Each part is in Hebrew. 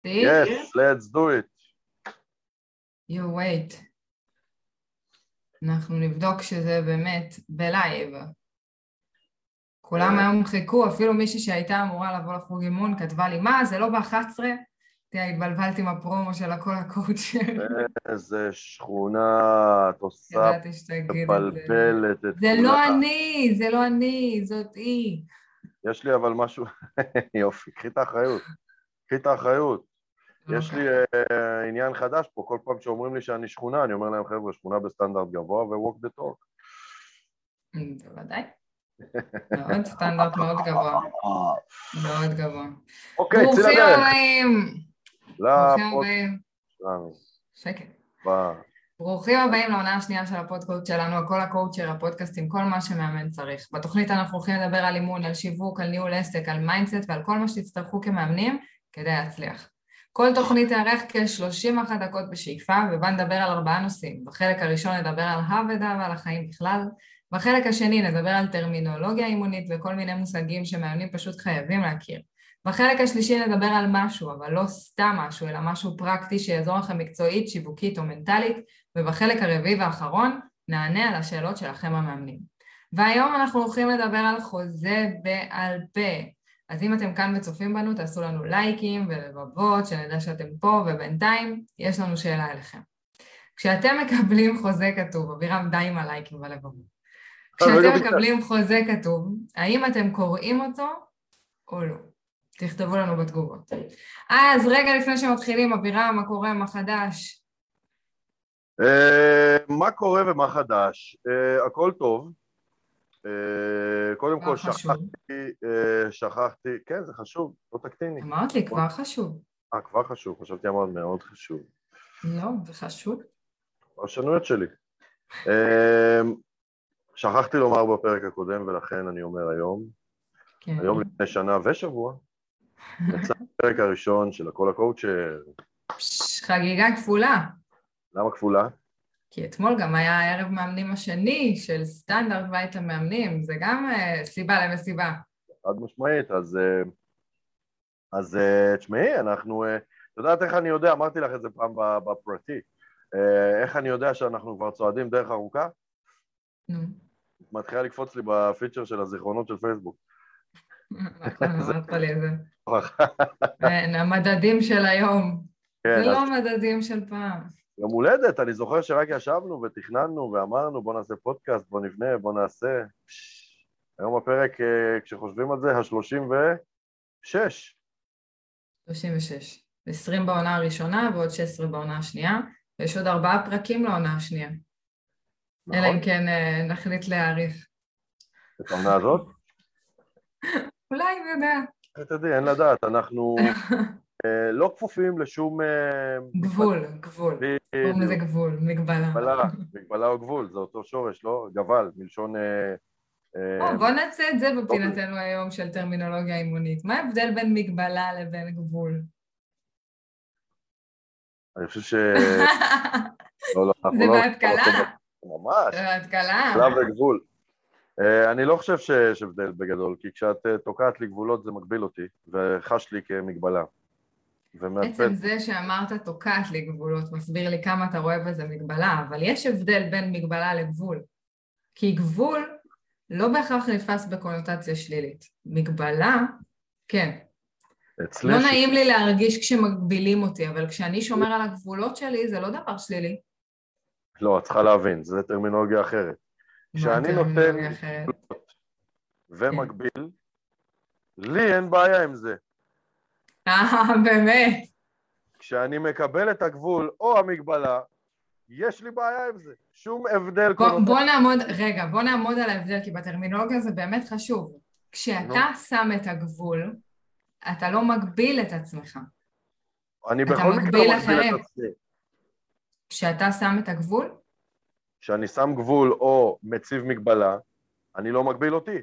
Yes, let's do it. wait. אנחנו נבדוק שזה באמת בלייב. כולם היום חיכו, אפילו מישהי שהייתה אמורה לבוא לחוג אימון, כתבה לי, מה, זה לא ב-11? תראה, התבלבלתי עם הפרומו של הכל הקואוצ'ר. איזה שכונה, את עושה ידעתי שתגיד את זה. מבלבלת את זה כולה. לא אני, זה לא אני, זאת היא. יש לי אבל משהו, יופי, קחי את האחריות. קחי את האחריות. יש לי עניין חדש פה, כל פעם שאומרים לי שאני שכונה, אני אומר להם, חבר'ה, שכונה בסטנדרט גבוה ו-walk the talk. בוודאי. מאוד סטנדרט מאוד גבוה. מאוד גבוה. אוקיי, צאי ברוכים לדרך. הבאים. ברוכים הבאים. שקט. ברוכים הבאים לעונה השנייה של הפודקאסט שלנו, הכל הקואוצ'ר, הפודקאסט עם כל מה שמאמן צריך. בתוכנית אנחנו הולכים לדבר על אימון, על שיווק, על ניהול עסק, על מיינדסט ועל כל מה שתצטרכו כמאמנים כדי להצליח. כל תוכנית תארך כ-31 דקות בשאיפה, ובה נדבר על 4 נושאים. בחלק הראשון נדבר על העבודה ועל החיים בכלל. בחלק השני נדבר על טרמינולוגיה אימונית וכל מיני מושגים שמאמנים פשוט חייבים להכיר. בחלק השלישי נדבר על משהו, אבל לא סתם משהו, אלא משהו פרקטי שיעזור לכם מקצועית, שיווקית או מנטלית, ובחלק הרביעי והאחרון נענה על השאלות שלכם המאמנים. והיום אנחנו הולכים לדבר על חוזה בעל פה. אז אם אתם כאן וצופים בנו, תעשו לנו לייקים ולבבות, שנדע שאתם פה, ובינתיים יש לנו שאלה אליכם. כשאתם מקבלים חוזה כתוב, אבירם די עם הלייקים ולבבות. כשאתם מקבלים חוזה כתוב, האם אתם קוראים אותו או לא? תכתבו לנו בתגובות. אז רגע לפני שמתחילים, אבירם, מה קורה, מה חדש? מה קורה ומה חדש? הכל טוב. קודם כל שכחתי, כן, זה חשוב, לא תקטיני. אמרת לי, כבר חשוב. כבר חשוב, חשבתי אמרת מאוד חשוב. לא, זה חשוב. השנויות שלי. שכחתי לומר בפרק הקודם, ולכן אני אומר היום, היום לפני שנה ושבוע, יצא הפרק הראשון של הכל הקואוצ'ר. חגיגה כפולה. למה כפולה? כי אתמול גם היה הערב מאמנים השני של סטנדרט בית המאמנים, זה גם סיבה למסיבה. עד משמעית, אז תשמעי, אנחנו, את יודעת איך אני יודע, אמרתי לך את זה פעם בפרטי, איך אני יודע שאנחנו כבר צועדים דרך ארוכה? מתחילה לקפוץ לי בפיצ'ר של הזיכרונות של פייסבוק. נכון, אמרת לי את זה. המדדים של היום. זה לא המדדים של פעם. יום הולדת, אני זוכר שרק ישבנו ותכננו ואמרנו בוא נעשה פודקאסט, בוא נבנה, בוא נעשה. היום הפרק, כשחושבים על זה, ה-36. 36. 20 בעונה הראשונה ועוד 16 בעונה השנייה, ויש עוד 4 פרקים לעונה השנייה. אלא אם כן נחליט להאריך. את העונה הזאת? אולי, אני יודע. תדעי, אין לדעת, אנחנו לא כפופים לשום... גבול. קוראים לזה גבול, מגבלה. מגבלה או גבול, זה אותו שורש, לא? גבל, מלשון... בוא נעשה את זה בפינתנו היום של טרמינולוגיה אימונית. מה ההבדל בין מגבלה לבין גבול? אני חושב ש... זה בהתקלה. ממש. זה בהתקלה. גבולה וגבול. אני לא חושב שיש הבדל בגדול, כי כשאת תוקעת לי גבולות זה מגביל אותי, וחש לי כמגבלה. בעצם זה שאמרת תוקעת לי גבולות, מסביר לי כמה אתה רואה בזה מגבלה, אבל יש הבדל בין מגבלה לגבול. כי גבול לא בהכרח נתפס בקונוטציה שלילית. מגבלה, כן. לא נעים לי להרגיש כשמגבילים אותי, אבל כשאני שומר על הגבולות שלי, זה לא דבר שלילי. לא, את צריכה להבין, זה טרמינולוגיה אחרת. כשאני נותן גבולות ומגביל, לי אין בעיה עם זה. באמת. כשאני מקבל את הגבול או המגבלה, יש לי בעיה עם זה. שום הבדל. בוא נעמוד על ההבדל, כי בטרמינולוגיה זה באמת חשוב. כשאתה שם את הגבול, אתה לא מגביל את עצמך. אני בכל מקרה מגביל את עצמי. כשאתה שם את הגבול? כשאני שם גבול או מציב מגבלה, אני לא מגביל אותי.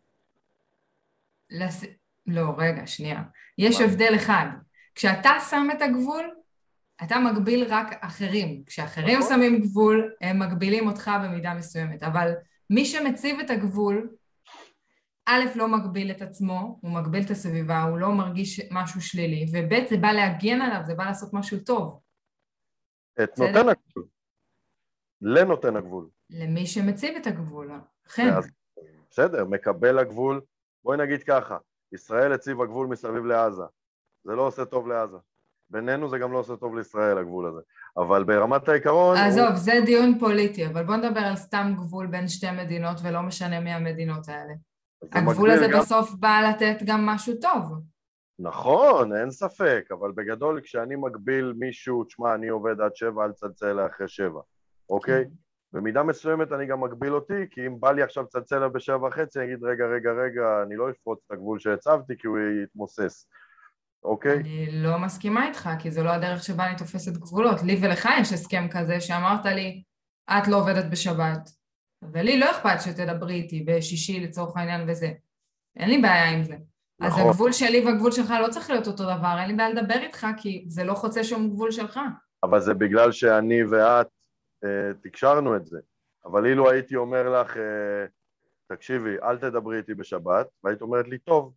לא, רגע, שנייה. יש הבדל אחד. כשאתה שם את הגבול, אתה מגביל רק אחרים. כשאחרים שמים גבול, הם מגבילים אותך במידה מסוימת. אבל מי שמציב את הגבול, א', לא מגביל את עצמו, הוא מגביל את הסביבה, הוא לא מרגיש משהו שלילי, וב', זה בא להגן עליו, זה בא לעשות משהו טוב. את נותן הגבול. לנותן הגבול. למי שמציב את הגבול, אכן. בסדר, מקבל הגבול. בואי נגיד ככה, ישראל הציב הגבול מסביב לעזה. זה לא עושה טוב לעזה. בינינו זה גם לא עושה טוב לישראל, הגבול הזה. אבל ברמת העיקרון... עזוב, זה דיון פוליטי, אבל בוא נדבר על סתם גבול בין שתי מדינות, ולא משנה מי המדינות האלה. הגבול הזה בסוף בא לתת גם משהו טוב. נכון, אין ספק, אבל בגדול כשאני מגביל מישהו, תשמע, אני עובד עד 7, אל תצלצל אחרי 7, אוקיי? במידה מסוימת אני גם מגביל אותי, כי אם בא לי עכשיו צלצל ב7:30, אני אגיד, רגע, אני לא אפרוץ את הגבול שהצבתי, כי הוא יתמוסס, אוקיי? אני לא מסכימה איתך, כי זו לא הדרך שבה אני תופסת גבולות. לי ולך יש הסכם כזה שאמרת לי, את לא עובדת בשבת, ולי לא אכפת שתדברי איתי בשישי לצורך העניין וזה. אין לי בעיה עם זה. אז הגבול שלי והגבול שלך לא צריך להיות אותו דבר, אין לי בעיה לדבר איתך, כי זה לא חוצה שום גבול שלך. אבל זה בגלל שאני ואת תקשרנו את זה. אבל אילו הייתי אומר לך, תקשיבי, אל תדברי איתי בשבת, והיית אומרת לי, טוב.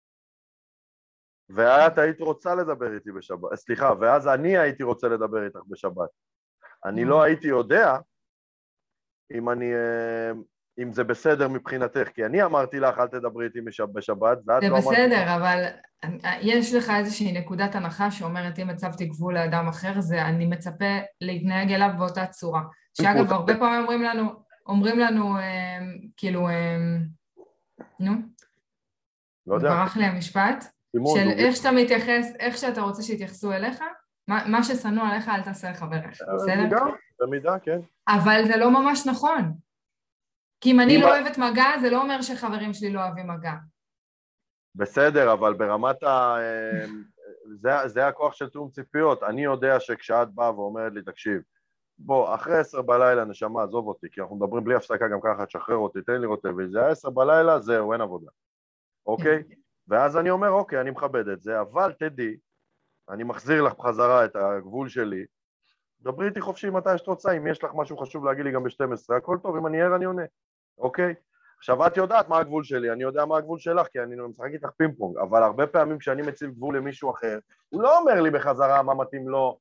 ואת היית רוצה לדבר איתי בשבת, סליחה, ואז אני הייתי רוצה לדבר איתך בשבת. אני לא הייתי יודע אם זה בסדר מבחינתך, כי אני אמרתי לך, אל תדברי איתי בשבת, ואת לא אמרת... זה בסדר, אבל יש לך איזושהי נקודת הנחה שאומרת, אם הצבתי גבול לאדם אחר, זה אני מצפה להתנהג אליו באותה צורה. שאגב, הרבה פעמים אומרים לנו, כאילו, נו? לא יודע. ברח לי המשפט, של איך שאתה מתייחס, איך שאתה רוצה שיתייחסו אליך, מה ששנוא עליך אל תעשה לחברך, בסדר? במידה, כן. אבל זה לא ממש נכון. כי אם אני לא אוהבת מגע, זה לא אומר שחברים שלי לא אוהבים מגע. בסדר, אבל ברמת זה הכוח של תאום ציפיות. אני יודע שכשאת באה ואומרת לי, תקשיב, בוא, אחרי 10 בלילה, נשמה, עזוב אותי, כי אנחנו מדברים בלי הפסקה גם ככה, תשחרר אותי, תן לי רוטב, זה 10 בלילה, זהו, אין עבודה. אוקיי? ואז אני אומר, אוקיי, אני מכבד את זה, אבל תדעי, אני מחזיר לך בחזרה את הגבול שלי, דברי איתי חופשי מתי שאת רוצה, אם יש לך משהו חשוב להגיד לי גם ב-12, הכל טוב, אם אני ער אני עונה, אוקיי? עכשיו את יודעת מה הגבול שלי, אני יודע מה הגבול שלך, כי אני משחק איתך פינג פונג, אבל הרבה פעמים כשאני מציב גבול למישהו אחר, הוא לא אומר לי בחזרה מה מתאים לו,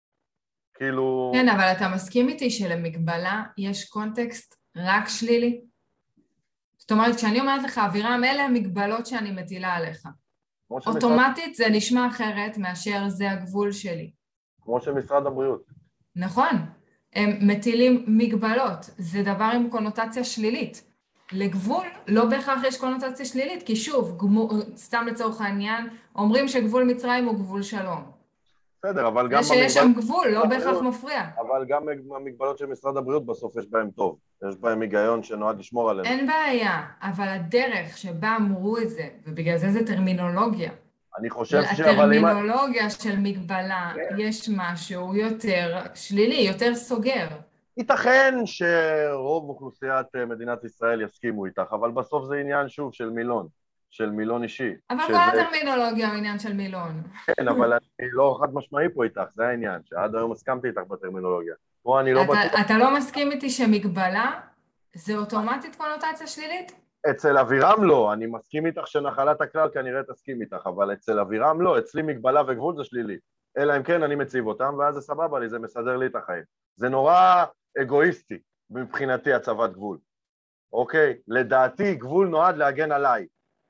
כאילו... כן, אבל אתה מסכים איתי שלמגבלה יש קונטקסט רק שלילי? זאת אומרת, כשאני אומרת לך, אבירם, אלה המגבלות שאני מטילה עליך. אוטומטית זה נשמע אחרת מאשר זה הגבול שלי. כמו שמשרד הבריאות. נכון, הם מטילים מגבלות, זה דבר עם קונוטציה שלילית. לגבול לא בהכרח יש קונוטציה שלילית, כי שוב, סתם לצורך העניין, אומרים שגבול מצרים הוא גבול שלום. בסדר, אבל גם... שיש שם גבול, לא בהכרח מפריע. אבל גם המגבלות של משרד הבריאות בסוף יש בהם טוב. יש בהם היגיון שנועד לשמור עליהם. אין בעיה, אבל הדרך שבה אמרו את זה, ובגלל זה טרמינולוגיה. אני חושב הטרמינולוגיה של מגבלה, יש משהו יותר שלילי, יותר סוגר. ייתכן שרוב אוכלוסיית מדינת ישראל יסכימו איתך, אבל בסוף זה עניין שוב של מילון. של מילון אישי. אבל כל הטרמינולוגיה הוא עניין של מילון. כן, אבל אני לא חד משמעי פה איתך, זה העניין, שעד היום הסכמתי איתך בטרמינולוגיה. פה אני לא בטוח... אתה לא מסכים איתי שמגבלה זה אוטומטית קונוטציה שלילית? אצל אבירם לא, אני מסכים איתך שנחלת הכלל כנראה תסכים איתך, אבל אצל אבירם לא, אצלי מגבלה וגבול זה שלילי. אלא אם כן אני מציב אותם, ואז זה סבבה לי, זה מסדר לי את החיים. זה נורא אגואיסטי מבחינתי הצבת גבול. אוקיי? לדעתי גבול נועד להגן עליי.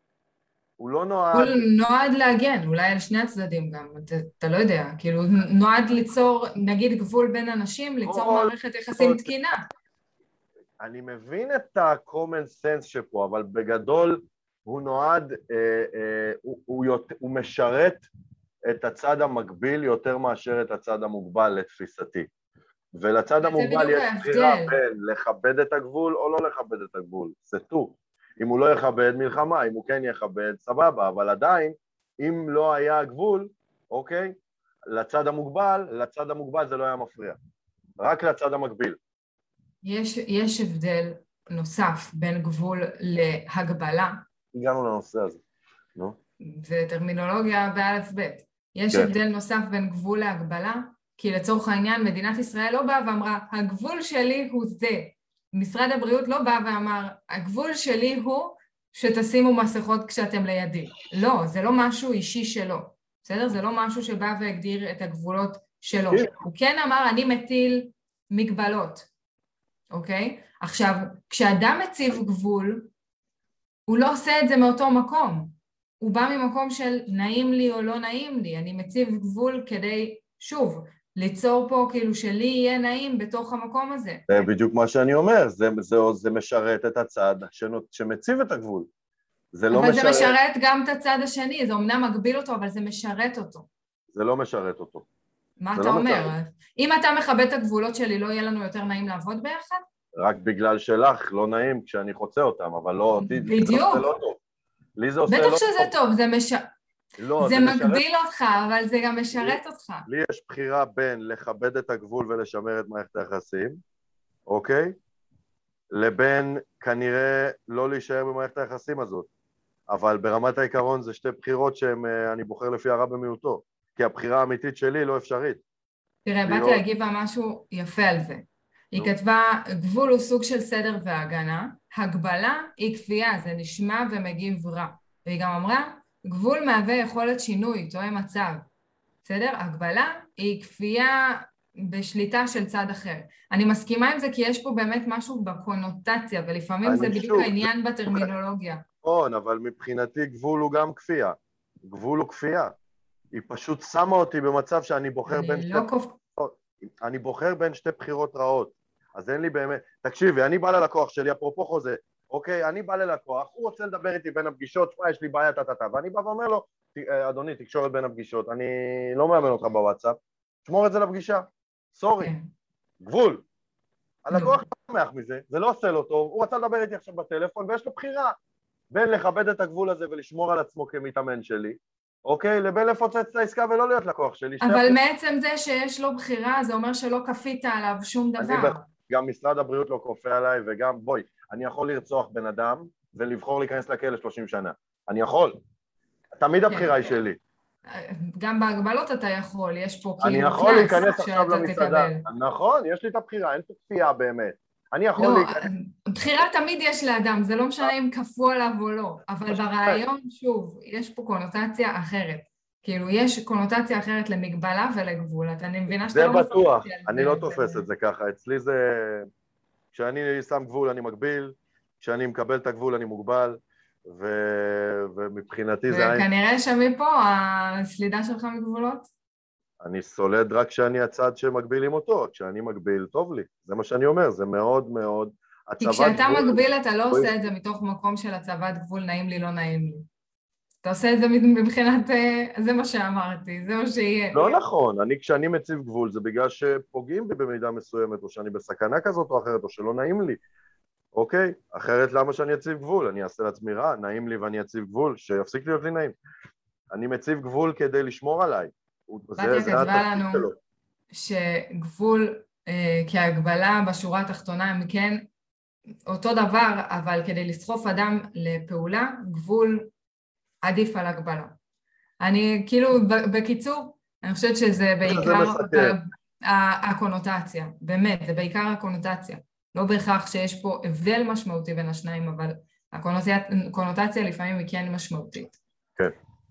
הוא לא נועד... הוא נועד להגן, אולי על שני הצדדים גם, אתה לא יודע, כאילו נועד ליצור, נגיד גבול בין אנשים, ליצור מערכת יחסים תקינה. אני מבין את ה-common sense שפה, אבל בגדול הוא נועד, הוא משרת את הצד המקביל יותר מאשר את הצד המוגבל לתפיסתי. ולצד המוגבל יש בחירה בין לכבד את הגבול או לא לכבד את הגבול, זה טוב. אם הוא לא יכבד מלחמה, אם הוא כן יכבד, סבבה, אבל עדיין, אם לא היה גבול, אוקיי, לצד המוגבל זה לא היה מפריע. רק לצד המקביל. יש הבדל נוסף בין גבול להגבלה. הגענו לנושא הזה, נו. זה טרמינולוגיה באלף בית. יש הבדל נוסף בין גבול להגבלה, כי לצורך העניין מדינת ישראל לא באה ואמרה, הגבול שלי הוא זה. משרד הבריאות לא בא ואמר, הגבול שלי הוא שתשימו מסכות כשאתם לידי. לא, זה לא משהו אישי שלו, בסדר? זה לא משהו שבא והגדיר את הגבולות שלו. הוא כן אמר, אני מטיל מגבלות, אוקיי? עכשיו, כשאדם מציב גבול, הוא לא עושה את זה מאותו מקום. הוא בא ממקום של נעים לי או לא נעים לי. אני מציב גבול כדי, שוב, ליצור פה כאילו שלי יהיה נעים בתוך המקום הזה. זה בדיוק מה שאני אומר, זה משרת את הצד שמציב את הגבול. זה לא אבל זה משרת גם את הצד השני, זה אומנם מגביל אותו, אבל זה משרת אותו. זה לא משרת אותו. מה אתה אומר? אם אתה מכבד את הגבולות שלי, לא יהיה לנו יותר נעים לעבוד ביחד? רק בגלל שלך לא נעים כשאני חוצה אותם, אבל לא אותי. בדיוק. זה לא טוב. לי זה עושה לא בטח טוב. שזה טוב, זה מגביל אותך, אבל זה גם משרת אותך. לי יש בחירה בין לכבד את הגבול ולשמר את מערכת היחסים, אוקיי? לבין כנראה לא להישאר במערכת היחסים הזאת. אבל ברמת העיקרון זה שתי בחירות שאני בוחר לפי הרע במיעוטו, כי הבחירה האמיתית שלי לא אפשרית. תראה, באתי להגיב משהו יפה על זה. היא כתבה, גבול הוא סוג של סדר והגנה, הגבלה היא כפייה, זה נשמע ומגיב רע. והיא גם אמרה, גבול מהווה יכולת שינוי, תואם מצב. בסדר? הגבלה היא כפייה בשליטה של צד אחר. אני מסכימה עם זה כי יש פה באמת משהו בקונוטציה, ולפעמים זה בדיוק העניין בטרמינולוגיה. נכון, אבל מבחינתי גבול הוא גם כפייה. גבול הוא כפייה. היא פשוט שמה אותי במצב שאני בוחר בין שתי בחירות. אני בוחר בין שתי בחירות רעות. אז אין לי באמת... תקשיבי, אני בא ללקוח שלי, אפרופו חוזה, אוקיי? אני בא ללקוח, הוא רוצה לדבר איתי בין הפגישות, שמה, יש לי בעיה, ואני בא ואומר לו, אדוני, תקשורת בין הפגישות, אני לא מאמן אותך בוואטסאפ, שמור את זה לפגישה. סורי. גבול. הלקוח לא שמח מזה, זה לא עושה לו טוב, הוא רצה לדבר איתי עכשיו בטלפון, ויש לו בחירה בין לכבד את הגבול הזה ולשמור על עצמו כמתאמן שלי, אוקיי? לבין לפוצץ את העסקה ולא להיות לקוח שלי. אבל מעצם זה שיש לו בחירה, זה אומר שלא כפית עליו שום דבר. גם משרד הבריאות לא כופה עליי, וגם, בואי, אני יכול לרצוח בן אדם ולבחור להיכנס לכלא 30 שנה. אני יכול. תמיד הבחירה היא שלי. גם בהגבלות אתה יכול, יש פה כאילו... אני יכול להיכנס עכשיו למסעדה. נכון, יש לי את הבחירה, אין פה כפייה באמת. אני יכול להיכנס... בחירה תמיד יש לאדם, זה לא משנה אם כפו עליו או לא, אבל ברעיון, שוב, יש פה קונוטציה אחרת. כאילו, יש קונוטציה אחרת למגבלה ולגבול, אני מבינה שאתה לא... זה בטוח, אני לא תופס את זה ככה, אצלי זה... כשאני שם גבול אני מגביל, כשאני מקבל את הגבול אני מוגבל, ומבחינתי זה... וכנראה שמפה הסלידה שלך מגבולות? אני סולד רק כשאני הצד שמגבילים אותו, כשאני מגביל טוב לי, זה מה שאני אומר, זה מאוד מאוד... כי כשאתה מגביל אתה לא עושה את זה מתוך מקום של הצבת גבול נעים לי, לא נעים לי. אתה עושה את זה מבחינת, זה מה שאמרתי, זה מה שיהיה. לא נכון, כשאני מציב גבול זה בגלל שפוגעים בי במידה מסוימת, או שאני בסכנה כזאת או אחרת, או שלא נעים לי. אוקיי? אחרת למה שאני אציב גבול? אני אעשה לעצמי רע, נעים לי ואני אציב גבול, שיפסיק להיות לי נעים. אני מציב גבול כדי לשמור עליי. בתיה כתבה לנו שגבול כהגבלה בשורה התחתונה הם כן אותו דבר, אבל כדי לסחוף אדם לפעולה, גבול עדיף על הגבלה. אני כאילו, בקיצור, אני חושבת שזה בעיקר הקונוטציה, באמת, זה בעיקר הקונוטציה. לא בהכרח שיש פה הבדל משמעותי בין השניים, אבל הקונוטציה לפעמים היא כן משמעותית. כן.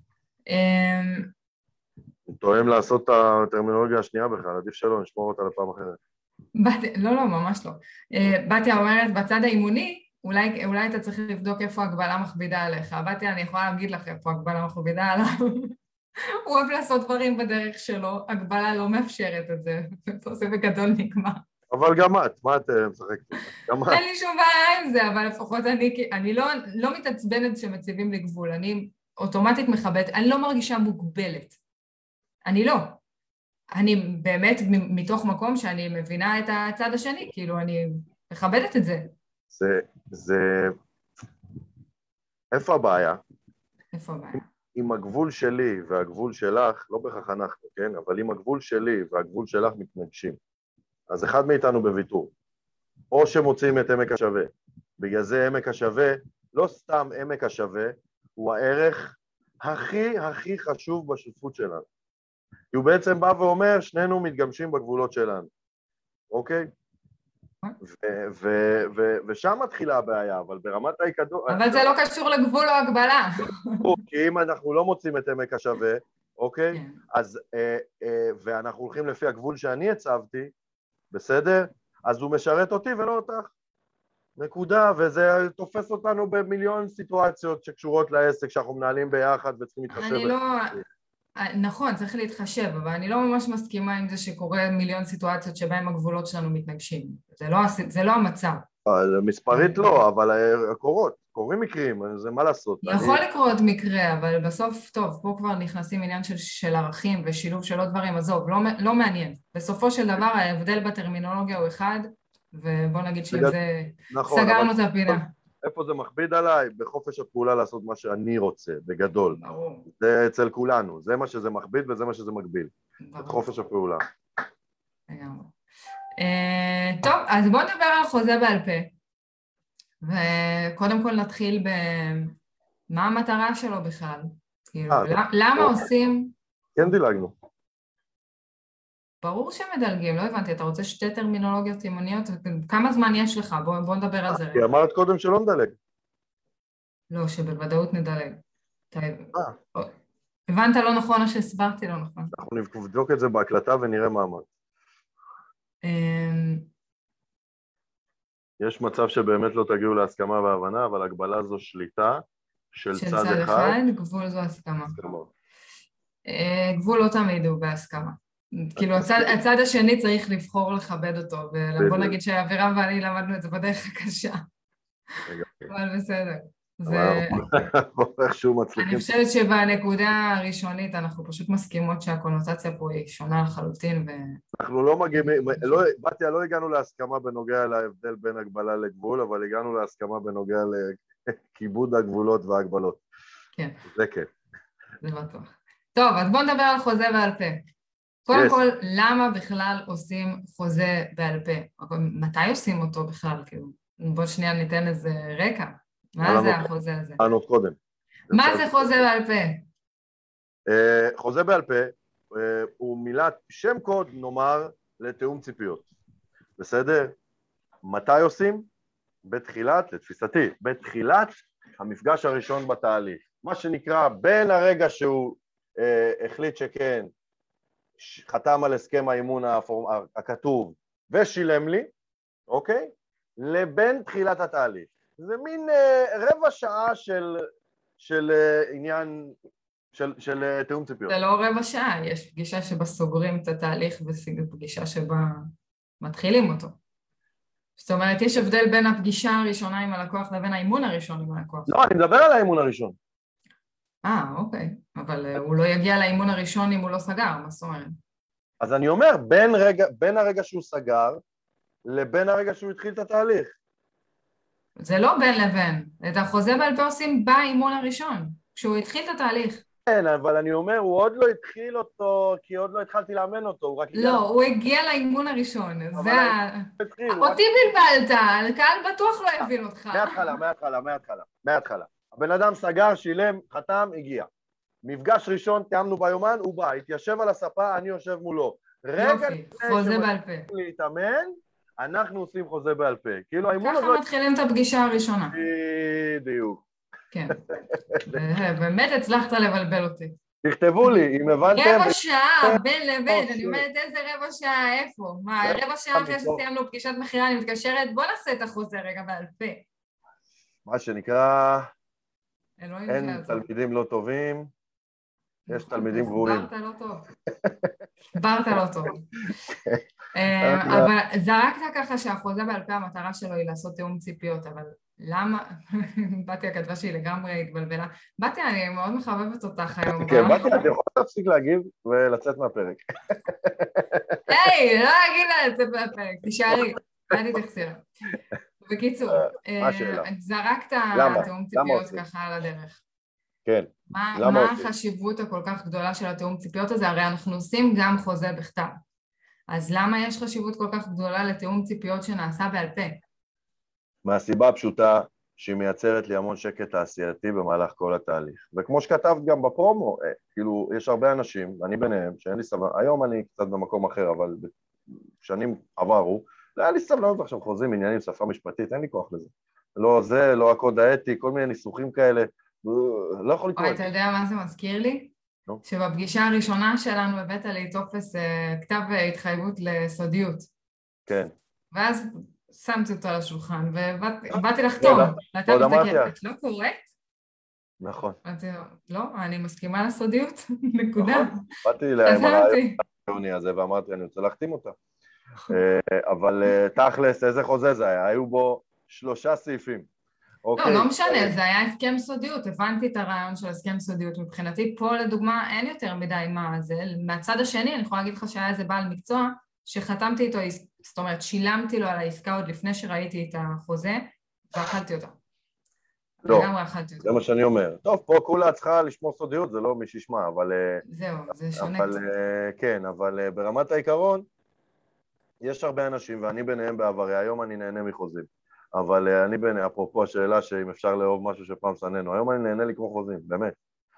תואם לעשות את הטרמינולוגיה השנייה בכלל, עדיף שלא, נשמור אותה לפעם אחרת. לא, ממש לא. בתיה אומרת, בצד האימוני, אולי אתה צריך לבדוק איפה הגבלה מכבידה עליך. בתיה, אני יכולה להגיד לך איפה הגבלה מכבידה עליו. הוא אוהב לעשות דברים בדרך שלו, הגבלה לא מאפשרת את זה, זה בגדול נגמר. אבל גם את, מה את משחקת? אין לי שום בעיה עם זה, אבל לפחות אני לא מתעצבנת שמציבים לי גבול, אני אוטומטית מכבדת, אני לא מרגישה מוגבלת. אני לא. אני באמת מתוך מקום שאני מבינה את הצד השני, כאילו אני מכבדת את זה. איפה הבעיה? איפה הבעיה? אם הגבול שלי והגבול שלך, לא בהכרח אנחנו, כן? אבל אם הגבול שלי והגבול שלך מתנגשים, אז אחד מאיתנו בוויתור. או שמוצאים את עמק השווה. בגלל זה עמק השווה, לא סתם עמק השווה, הוא הערך הכי הכי חשוב בשותפות שלנו. כי הוא בעצם בא ואומר, שנינו מתגמשים בגבולות שלנו. אוקיי? ושם מתחילה הבעיה, אבל ברמת ההיקדות... אבל זה לא קשור לגבול או הגבלה. כי אם אנחנו לא מוצאים את עמק השווה, אוקיי? אז, ואנחנו הולכים לפי הגבול שאני הצבתי, בסדר? אז הוא משרת אותי ולא אותך. נקודה, וזה תופס אותנו במיליון סיטואציות שקשורות לעסק, שאנחנו מנהלים ביחד וצריכים להתחשב. אני לא... נכון, צריך להתחשב, אבל אני לא ממש מסכימה עם זה שקורה מיליון סיטואציות שבהם הגבולות שלנו מתנגשים. זה לא המצב. מספרית לא, אבל קורים מקרים, זה מה לעשות. יכול לקרות מקרה, אבל בסוף, טוב, פה כבר נכנסים עניין של ערכים ושילוב של עוד דברים, עזוב, לא מעניין. בסופו של דבר ההבדל בטרמינולוגיה הוא אחד, ובוא נגיד שעם זה סגרנו את הפינה. איפה זה מכביד עליי? בחופש הפעולה לעשות מה שאני רוצה, בגדול. ברור. זה אצל כולנו, זה מה שזה מכביד וזה מה שזה מגביל. את חופש הפעולה. טוב, אז בואו נדבר על חוזה בעל פה. וקודם כל נתחיל במה המטרה שלו בכלל. למה עושים... כן דילגנו. ברור שמדלגים, לא הבנתי, אתה רוצה שתי טרמינולוגיות אימוניות? כמה זמן יש לך? בוא נדבר על זה. כי אמרת קודם שלא נדלג. לא, שבוודאות נדלג. הבנת לא נכון או שהסברתי לא נכון? אנחנו נבדוק את זה בהקלטה ונראה מה אמרת. יש מצב שבאמת לא תגיעו להסכמה והבנה, אבל הגבלה זו שליטה של צד אחד. גבול זו הסכמה. גבול לא תמיד הוא בהסכמה. כאילו הצד השני צריך לבחור לכבד אותו, ובוא נגיד שהאווירה ואני למדנו את זה בדרך הקשה. אבל בסדר. אני חושבת שבנקודה הראשונית אנחנו פשוט מסכימות שהקונוטציה פה היא שונה לחלוטין. אנחנו לא מגיעים, בתיה, לא הגענו להסכמה בנוגע להבדל בין הגבלה לגבול, אבל הגענו להסכמה בנוגע לכיבוד הגבולות וההגבלות. כן. זה כן. זה בטוח. טוב, אז בואו נדבר על חוזה בעל פה. קודם כל, למה בכלל עושים חוזה בעל פה? מתי עושים אותו בכלל? בואו שנייה ניתן איזה רקע. מה זה החוזה הזה? לענות קודם. מה זה חוזה בעל פה? חוזה בעל פה הוא מילת שם קוד, נאמר, לתיאום ציפיות. בסדר? מתי עושים? לתפיסתי, בתחילת המפגש הראשון בתהליך. מה שנקרא, בין הרגע שהוא החליט שכן, חתם על הסכם האימון הכתוב ושילם לי, אוקיי? לבין תחילת התהליך. זה מין רבע שעה של עניין, של תיאום ציפיות. זה לא רבע שעה, יש פגישה שבה סוגרים את התהליך ופגישה שבה מתחילים אותו. זאת אומרת, יש הבדל בין הפגישה הראשונה עם הלקוח לבין האימון הראשון עם הלקוח. לא, אני מדבר על האימון הראשון. אוקיי, אבל הוא לא יגיע לאימון הראשון אם הוא לא סגר, מה זאת אומרת? אז אני אומר, בין הרגע שהוא סגר לבין הרגע שהוא התחיל את התהליך. זה לא בין לבין, את החוזה בעל פה עושים באימון הראשון, כשהוא התחיל את התהליך. כן, אבל אני אומר, הוא עוד לא התחיל אותו, כי עוד לא התחלתי לאמן אותו, הוא רק... לא, הוא הגיע לאימון הראשון, זה אותי בלבלת, הקהל בטוח לא יבין אותך. מההתחלה. הבן אדם סגר, שילם, חתם, הגיע. מפגש ראשון, תיאמנו ביומן, הוא בא, התיישב על הספה, אני יושב מולו. יופי, חוזה בעל פה. להתאמן, אנחנו עושים חוזה בעל פה. כאילו האימון הזה... ככה מתחילים את הפגישה הראשונה. בדיוק. כן. באמת הצלחת לבלבל אותי. תכתבו לי, אם הבנתם... רבע שעה, בין לבין, אני אומרת איזה רבע שעה, איפה? מה, רבע שעה אחרי שסיימנו פגישת מחירה, אני מתקשרת, בוא נעשה את החוזה רגע בעל פה. מה שנקרא, אין תלמידים לא טובים, יש תלמידים גרועים. הסברת לא טוב. הסברת לא טוב. אבל זרקת ככה שהחוזה בעל פה, המטרה שלו היא לעשות תיאום ציפיות, אבל למה? בתיה הכתבה שהיא לגמרי התבלבלה. בתיה, אני מאוד מחבבת אותך היום. כן, בתיה, את יכולה להפסיק להגיב ולצאת מהפרק. היי, לא להגיד לה לצאת מהפרק, תישארי, אל תתייחסי לה. בקיצור, זרקת תיאום ציפיות ככה על הדרך. כן. מה החשיבות הכל כך גדולה של התיאום ציפיות הזה? הרי אנחנו עושים גם חוזה בכתב. אז למה יש חשיבות כל כך גדולה לתיאום ציפיות שנעשה בעל פה? מהסיבה הפשוטה שהיא מייצרת לי המון שקט תעשייתי במהלך כל התהליך. וכמו שכתבת גם בפרומו, כאילו יש הרבה אנשים, אני ביניהם, שאין לי סבבה, היום אני קצת במקום אחר, אבל שנים עברו, לא היה לי סבלנות עכשיו חוזים, עניינים, שפה משפטית, אין לי כוח לזה. לא זה, לא הקוד האתי, כל מיני ניסוחים כאלה, לא יכול לקרוא את זה. אתה יודע מה זה מזכיר לי? שבפגישה הראשונה שלנו הבאת לי טופס כתב התחייבות לסודיות. כן. ואז שמתי אותו על השולחן, ובאתי לחתום. ואתה מסתכל, את לא קוראת? נכון. לא, אני מסכימה לסודיות, נקודה. באתי להם הרעיון הזה ואמרתי, אני רוצה להחתים אותה. אבל תכלס, איזה חוזה זה היה? היו בו 3 סעיפים. לא משנה, זה היה הסכם סודיות, הבנתי את הרעיון של הסכם סודיות. מבחינתי פה לדוגמה אין יותר מדי מה זה. מהצד השני אני יכולה להגיד לך שהיה איזה בעל מקצוע שחתמתי איתו, זאת אומרת שילמתי לו על העסקה עוד לפני שראיתי את החוזה ואכלתי אותה. לא, זה מה שאני אומר. טוב, פה כולה צריכה לשמור סודיות, זה לא מי שישמע, אבל... זהו, זה שונה קצת. כן, אבל ברמת העיקרון, יש הרבה אנשים, ואני ביניהם בעברי, היום אני נהנה מחוזים. אבל אני ביניהם, אפרופו השאלה שאם אפשר לאהוב משהו שפעם סננו, היום אני נהנה לקרוא חוזים, באמת.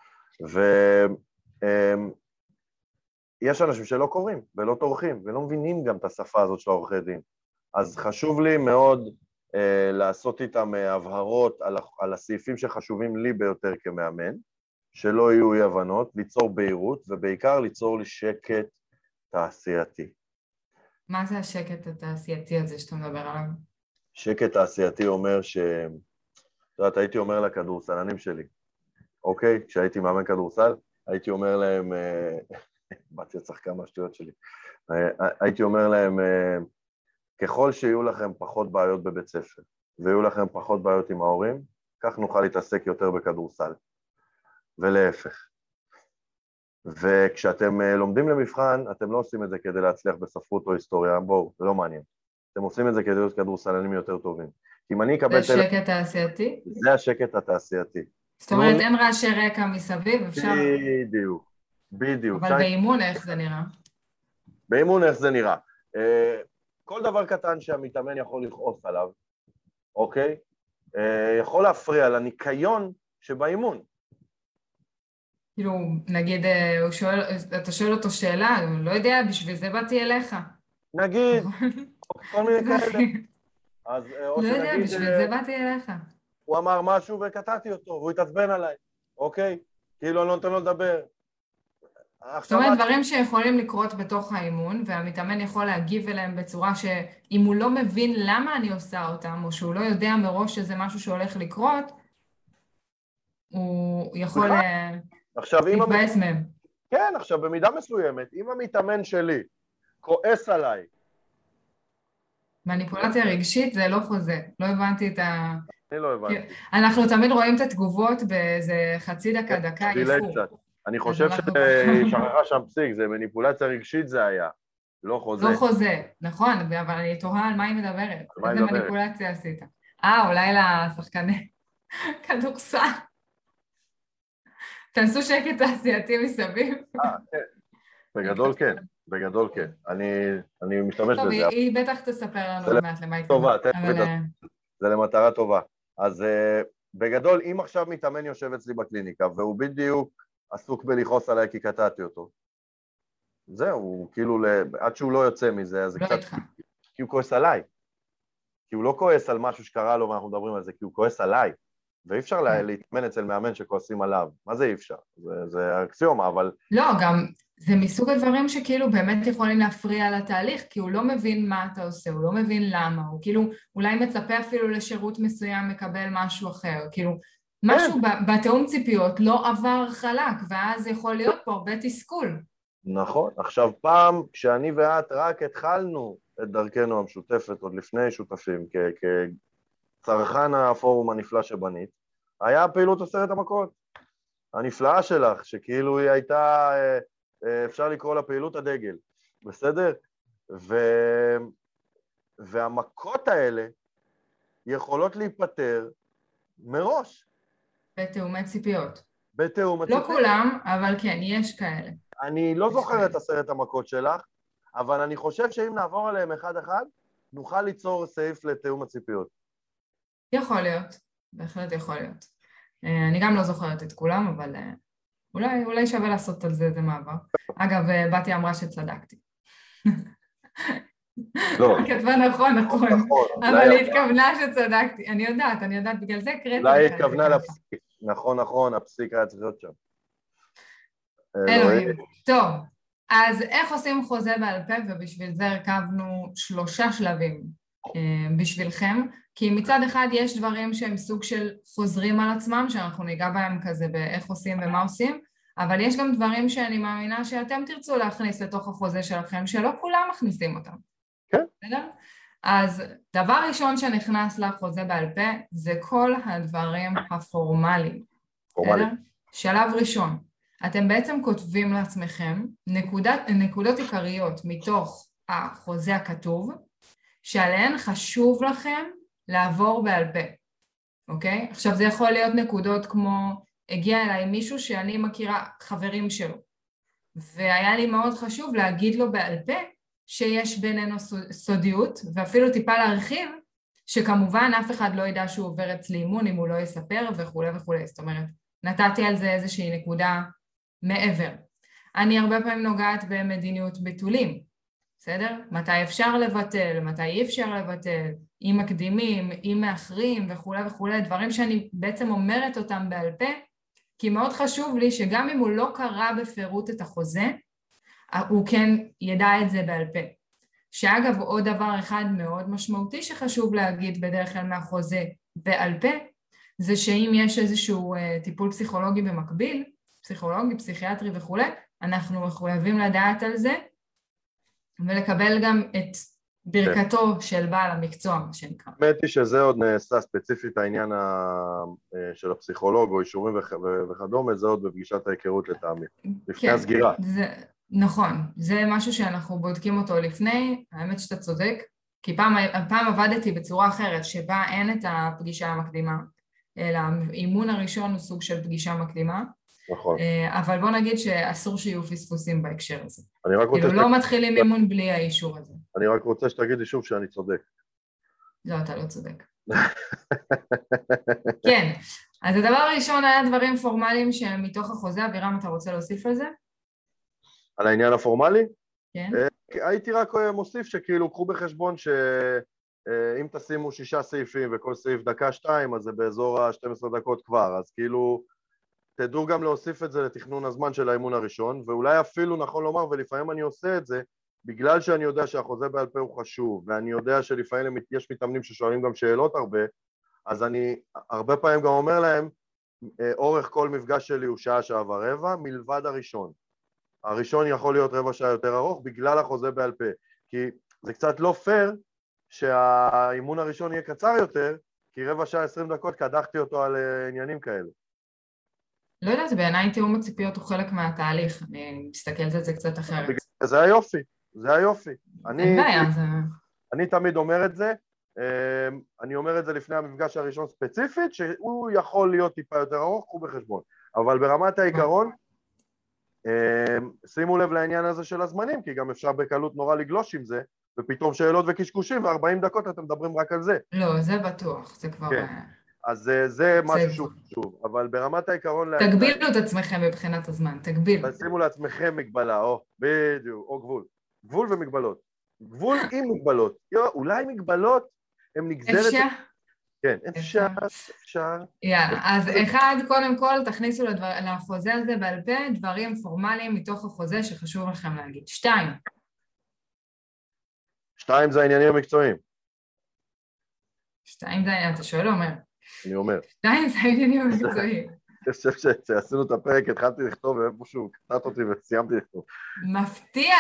ויש אנשים שלא קוראים ולא טורחים, ולא מבינים גם את השפה הזאת של העורכי דין. אז חשוב לי מאוד לעשות איתם הבהרות על הסעיפים שחשובים לי ביותר כמאמן, שלא יהיו אי הבנות, ליצור בהירות, ובעיקר ליצור לי שקט תעשייתי. מה זה השקט התעשייתי הזה שאתה מדבר עליו? שקט תעשייתי אומר יודעת, הייתי אומר לכדורסלנים שלי, אוקיי? כשהייתי מאמן כדורסל, הייתי אומר להם, באתי לצחק כמה השטויות שלי, הייתי אומר להם, ככל שיהיו לכם פחות בעיות בבית ספר, ויהיו לכם פחות בעיות עם ההורים, כך נוכל להתעסק יותר בכדורסל, ולהפך. וכשאתם לומדים למבחן, אתם לא עושים את זה כדי להצליח בספרות או היסטוריה, בואו, זה לא מעניין. אתם עושים את זה כדי להיות כדורסלנים יותר טובים. כי אם אני אקבל... זה שקט תעשייתי? זה השקט התעשייתי. זאת אומרת, אין רעשי רקע מסביב, אפשר... בדיוק, בדיוק. אבל באימון איך זה נראה? באימון איך זה נראה. כל דבר קטן שהמתאמן יכול לכעוס עליו, אוקיי? יכול להפריע לניקיון שבאימון. כאילו, נגיד, אתה שואל אותו שאלה, לא יודע, בשביל זה באתי אליך. נגיד, כל מיני כאלה. לא יודע, בשביל זה באתי אליך. הוא אמר משהו וקטעתי אותו, והוא התעצבן עליי, אוקיי? כאילו אני לא נותן לו לדבר. זאת אומרת, דברים שיכולים לקרות בתוך האימון, והמתאמן יכול להגיב אליהם בצורה שאם הוא לא מבין למה אני עושה אותם, או שהוא לא יודע מראש שזה משהו שהולך לקרות, הוא יכול להתבאס מהם. כן, עכשיו במידה מסוימת, אם המתאמן שלי כועס עליי, מניפולציה רגשית זה לא חוזה, לא הבנתי את ה... אני לא הבנתי. אנחנו תמיד רואים את התגובות באיזה חצי דקה, דקה איחור. אני חושב שהיא שכחה שם פסיק, זה מניפולציה רגשית זה היה, לא חוזה. לא חוזה, נכון, אבל אני תוהה על מה היא מדברת. איזה מניפולציה עשית? אולי לשחקני כדורסל. תנסו שקט תעשייתי מסביב. כן, בגדול כן. בגדול כן, אני משתמש בזה. טוב, היא בטח תספר לנו מעט למה היא טובה, זה למטרה טובה. אז בגדול, אם עכשיו מתאמן יושב אצלי בקליניקה, והוא בדיוק עסוק בלכעוס עליי כי קטעתי אותו, זהו, כאילו, עד שהוא לא יוצא מזה, אז זה קצת... כי הוא כועס עליי. כי הוא לא כועס על משהו שקרה לו ואנחנו מדברים על זה, כי הוא כועס עליי. ואי אפשר להתאמן אצל מאמן שכועסים עליו. מה זה אי אפשר? זה אקסיומה, אבל... לא, גם זה מסוג הדברים שכאילו באמת יכולים להפריע לתהליך, כי הוא לא מבין מה אתה עושה, הוא לא מבין למה, הוא כאילו אולי מצפה אפילו לשירות מסוים מקבל משהו אחר, כאילו משהו בתאום ציפיות לא עבר חלק, ואז יכול להיות פה הרבה תסכול. נכון, עכשיו פעם כשאני ואת רק התחלנו את דרכנו המשותפת, עוד לפני שותפים, צרכן הפורום הנפלא שבנית, היה פעילות 10 המכות, הנפלאה שלך, שכאילו היא הייתה, אפשר לקרוא לה פעילות הדגל, בסדר? והמכות האלה יכולות להיפטר מראש. בתאומי ציפיות. בתאומי ציפיות. לא כולם, אבל כן, יש כאלה. אני לא זוכר את 10 המכות שלך, אבל אני חושב שאם נעבור עליהם אחד-אחד, נוכל ליצור סעיף לתאום הציפיות. יכול להיות, בהחלט יכול להיות. אני גם לא זוכרת את כולם, אבל אולי שווה לעשות על זה מעבר. אגב, באתי אמרה שצדקתי. לא. כתבה נכון, אבל היא התכוונה שצדקתי. אני יודעת, בגלל זה קראתי. אולי היא התכוונה לפסיק. נכון, הפסיק היה צריך להיות שם. אלוהים. טוב, אז איך עושים חוזה בעל פה, ובשביל זה הרכבנו 3 שלבים בשבילכם, כי מצד אחד יש דברים שהם סוג של חוזרים על עצמם, שאנחנו ניגע בהם כזה באיך עושים ומה עושים, אבל יש גם דברים שאני מאמינה שאתם תרצו להכניס לתוך החוזה שלכם, שלא כולם מכניסים אותם. כן. בסדר? אז דבר ראשון שנכנס לחוזה בעל פה, זה כל הדברים הפורמליים. פורמלי. שלב ראשון. אתם בעצם כותבים לעצמכם נקודות עיקריות מתוך החוזה הכתוב, שעליהן חשוב לכם לעבור בעל פה, אוקיי? עכשיו זה יכול להיות נקודות כמו, הגיע אליי מישהו שאני מכירה חברים שלו, והיה לי מאוד חשוב להגיד לו בעל פה שיש בינינו סודיות, ואפילו טיפה להרחיב, שכמובן אף אחד לא ידע שהוא עובר אצלי אימון אם הוא לא יספר וכו' וכו'. זאת אומרת, נתתי על זה איזושהי נקודה מעבר. אני הרבה פעמים נוגעת במדיניות ביטולים, בסדר? מתי אפשר לבטל, מתי אי אפשר לבטל, אם מקדימים, אם מאחרים וכו' וכו', דברים שאני בעצם אומרת אותם בעל פה, כי מאוד חשוב לי שגם אם הוא לא קרא בפירוט את החוזה, הוא כן ידע את זה בעל פה. שאגב, עוד דבר אחד מאוד משמעותי שחשוב להגיד בדרך כלל מהחוזה בעל פה, זה שאם יש איזשהו טיפול פסיכולוגי במקביל, פסיכולוגי, פסיכיאטרי וכו', אנחנו מחויבים לדעת על זה, ולקבל גם את ברכתו של בעל המקצוע, מה שנקרא. האמת היא שזה עוד נעשה ספציפית העניין של הפסיכולוג או אישורים וכדומה, זה עוד בפגישת ההיכרות לטעמי, לפני הסגירה. נכון, זה משהו שאנחנו בודקים אותו לפני, האמת שאתה צודק, כי פעם עבדתי בצורה אחרת, שבה אין את הפגישה המקדימה, אלא האימון הראשון הוא סוג של פגישה מקדימה, נכון. אבל בוא נגיד שאסור שיהיו פספוסים בהקשר הזה. אני רק רוצה לא מתחילים אימון בלי האישור הזה. אני רק רוצה שתגיד לי שוב שאני צודק. לא, אתה לא צודק. כן, אז הדבר הראשון היה דברים פורמליים שהם מתוך החוזה. אבירם, אתה רוצה להוסיף על זה? על העניין הפורמלי? כן. הייתי רק מוסיף שכאילו קחו בחשבון שאם תשימו 6 סעיפים וכל סעיף 1-2, אז זה באזור ה-12 דקות כבר, אז כאילו תדעו גם להוסיף את זה לתכנון הזמן של האימון הראשון, ואולי אפילו נכון לומר, ולפעמים אני עושה את זה, בגלל שאני יודע שהחוזה בעל פה הוא חשוב, ואני יודע שלפעמים יש מתאמנים ששואלים גם שאלות הרבה, אז אני הרבה פעמים גם אומר להם, אורך כל מפגש שלי הוא 1-1.25, מלבד הראשון. הראשון יכול להיות 1/4 שעה יותר ארוך, בגלל החוזה בעל פה, כי זה קצת לא פייר שהאימון הראשון יהיה קצר יותר, כי 1/4 שעה 20 דקות קדחתי אותו על עניינים כאלה. לא יודעת, בעיניי תיאום הציפיות הוא חלק מהתהליך, אני מסתכלת על זה קצת אחרת. זה היופי, זה היופי. אין בעיה, אני תמיד אומר את זה, אני אומר את זה לפני המפגש הראשון ספציפית, שהוא יכול להיות טיפה יותר ארוך, קחו בחשבון. אבל ברמת העיקרון, שימו לב לעניין הזה של הזמנים, כי גם אפשר בקלות נורא לגלוש עם זה, ופתאום שאלות וקשקושים, ו40 דקות אתם מדברים רק על זה. לא, זה בטוח, זה כבר... כן. אז זה משהו שהוא חשוב, אבל ברמת העיקרון... תגבילו את עצמכם מבחינת הזמן, תגבילו. תשימו לעצמכם מגבלה, או בדיוק, או גבול. גבול ומגבלות. גבול עם מגבלות. אולי מגבלות הם נגזרת... אפשר? כן, אפשר. יאללה, אז אחד, קודם כל, תכניסו לחוזה הזה בעל פה דברים פורמליים מתוך החוזה שחשוב לכם להגיד. 2. 2 זה העניינים המקצועיים. 2 זה העניין, אתה שואל או אומר? אני אומר. 2 זה העניינים המקצועיים. אני חושב שעשינו את הפרק, התחלתי לכתוב ואיפשהו קטעת אותי וסיימתי לכתוב. מפתיע.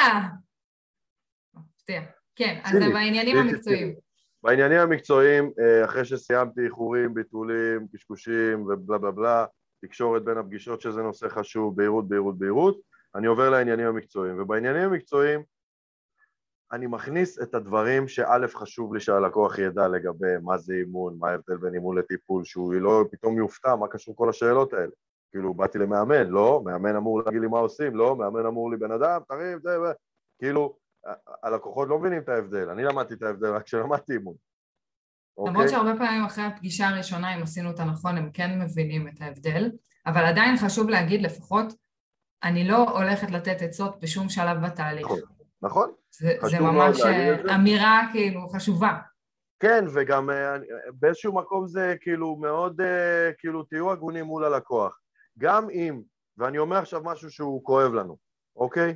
כן, אז זה בעניינים המקצועיים. בעניינים המקצועיים, אחרי שסיימתי איחורים, ביטולים, קשקושים ובלה בלה בלה, תקשורת בין הפגישות שזה נושא חשוב, בהירות, אני עובר לעניינים המקצועיים. ובעניינים המקצועיים, אני מכניס את הדברים שא' חשוב לי שהלקוח ידע לגבי מה זה אימון, מה ההבדל בין אימון לטיפול, שהוא לא פתאום יופתע, מה קשור כל השאלות האלה. כאילו, באתי למאמן, לא, מאמן אמור להגיד לי מה עושים, לא, מאמן אמור לי בן אדם, תרים, זה, כאילו, הלקוחות לא מבינים את ההבדל, אני למדתי את ההבדל רק כשלמדתי אימון. למרות שהרבה פעמים אחרי הפגישה הראשונה, אם עשינו אותה נכון, הם כן מבינים את ההבדל, אבל עדיין חשוב להגיד לפחות, אני לא הולכת לתת עצות בשום שלב בתהליך. נכון? זה ממש אמירה כאילו חשובה. כן, וגם באיזשהו מקום זה כאילו מאוד, כאילו תהיו הגונים מול הלקוח. גם אם, ואני אומר עכשיו משהו שהוא כואב לנו, אוקיי?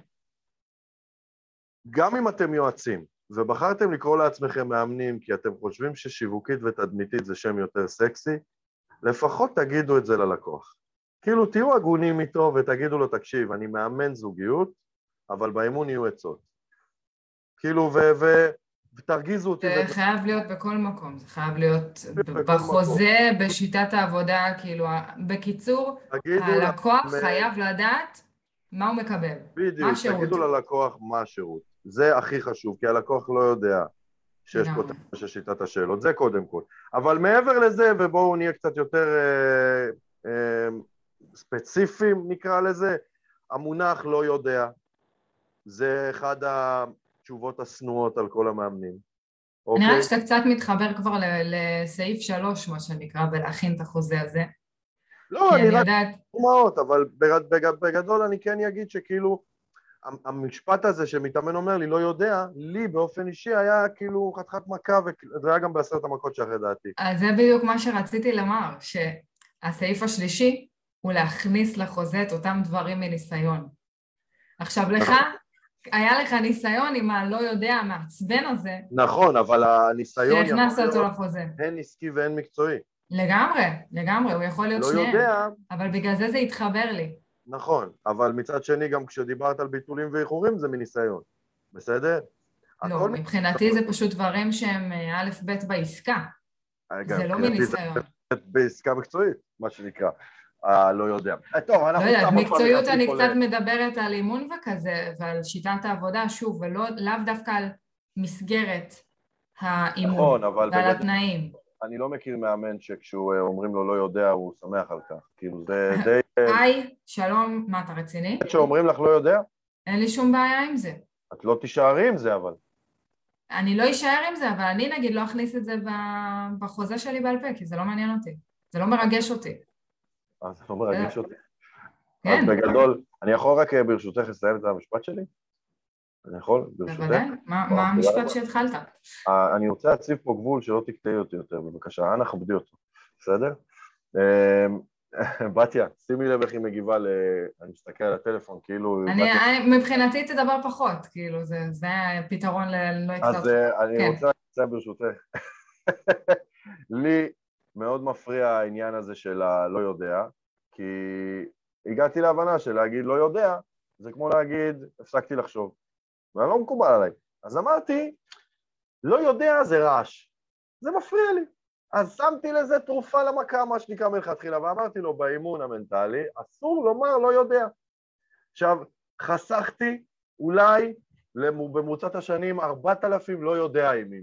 גם אם אתם יועצים, ובחרתם לקרוא לעצמכם מאמנים כי אתם חושבים ששיווקית ותדמיתית זה שם יותר סקסי, לפחות תגידו את זה ללקוח. כאילו תהיו הגונים איתו ותגידו לו, תקשיב, אני מאמן זוגיות, אבל באימון יהיו עצות. כאילו, ותרגיזו אותי. זה חייב להיות בכל מקום, זה חייב להיות בחוזה, בשיטת העבודה, כאילו, בקיצור, הלקוח חייב לדעת מה הוא מקבל, בדיוק, תגידו ללקוח מה השירות. זה הכי חשוב, כי הלקוח לא יודע שיש פה של שיטת השאלות, זה קודם כל. אבל מעבר לזה, ובואו נהיה קצת יותר ספציפיים, נקרא לזה, המונח לא יודע, זה אחד התשובות הסנועות על כל המאמנים. נראה לי שאתה קצת מתחבר כבר לסעיף 3, מה שנקרא, בלהכין את החוזה הזה. לא, אני יודעת דוגמאות, אבל בגדול אני כן אגיד שכאילו, המשפט הזה שמתאמן אומר לי, לא יודע, לי באופן אישי היה כאילו חתיכת מכה, וזה היה גם ב10 המכות שאחרי דעתי. אז זה בדיוק מה שרציתי לומר, שהסעיף השלישי הוא להכניס לחוזה את אותם דברים מניסיון. עכשיו לך, היה לך ניסיון עם הלא יודע, המעצבן הזה. נכון, אבל הניסיון שהכנסת אותו לחוזה. הן עסקי והן מקצועי. לגמרי, הוא יכול להיות שניהם. לא יודע. אבל בגלל זה התחבר לי. נכון, אבל מצד שני גם כשדיברת על ביטולים ואיחורים זה מניסיון, בסדר? לא, מבחינתי זה פשוט דברים שהם א' ב' בעסקה. זה לא מניסיון. בעסקה מקצועית, מה שנקרא. לא יודע. טוב, אנחנו... לא יודעת, מקצועיות אני קצת מדברת על אימון וכזה, ועל שיטת העבודה, שוב, ולאו דווקא על מסגרת האימון ועל התנאים. אני לא מכיר מאמן שכשהוא אומרים לו לא יודע, הוא שמח על כך. כאילו זה די... היי, שלום, מה אתה רציני? שאומרים לך לא יודע? אין לי שום בעיה עם זה. את לא תישארי עם זה, אבל. אני לא אשאר עם זה, אבל אני נגיד לא אכניס את זה בחוזה שלי בעל פה, כי זה לא מעניין אותי. זה לא מרגש אותי. זה לא מרגש אותי. אז בגדול, אני יכול רק ברשותך לסיים את המשפט שלי? אני יכול? ברשותך? בוודאי, מה המשפט שהתחלת? אני רוצה להציב פה גבול שלא תקטעי אותי יותר, בבקשה, אנא כבדי אותו, בסדר? בתיה, שימי לב איך היא מגיבה אני מסתכל על הטלפון, כאילו... מבחינתי תדבר פחות, כאילו, זה הפתרון לא יקטע אותך. אז אני רוצה להציב ברשותך. לי מאוד מפריע העניין הזה של הלא יודע, כי הגעתי להבנה של להגיד לא יודע, זה כמו להגיד, הפסקתי לחשוב, ואני לא מקובל עליי. אז אמרתי, לא יודע זה רעש, זה מפריע לי. אז שמתי לזה תרופה למכה, מה שנקרא מלכתחילה, ואמרתי לו, באימון המנטלי, אסור לומר לא יודע. עכשיו, חסכתי אולי במרוצת השנים 4,000 לא יודע אימים,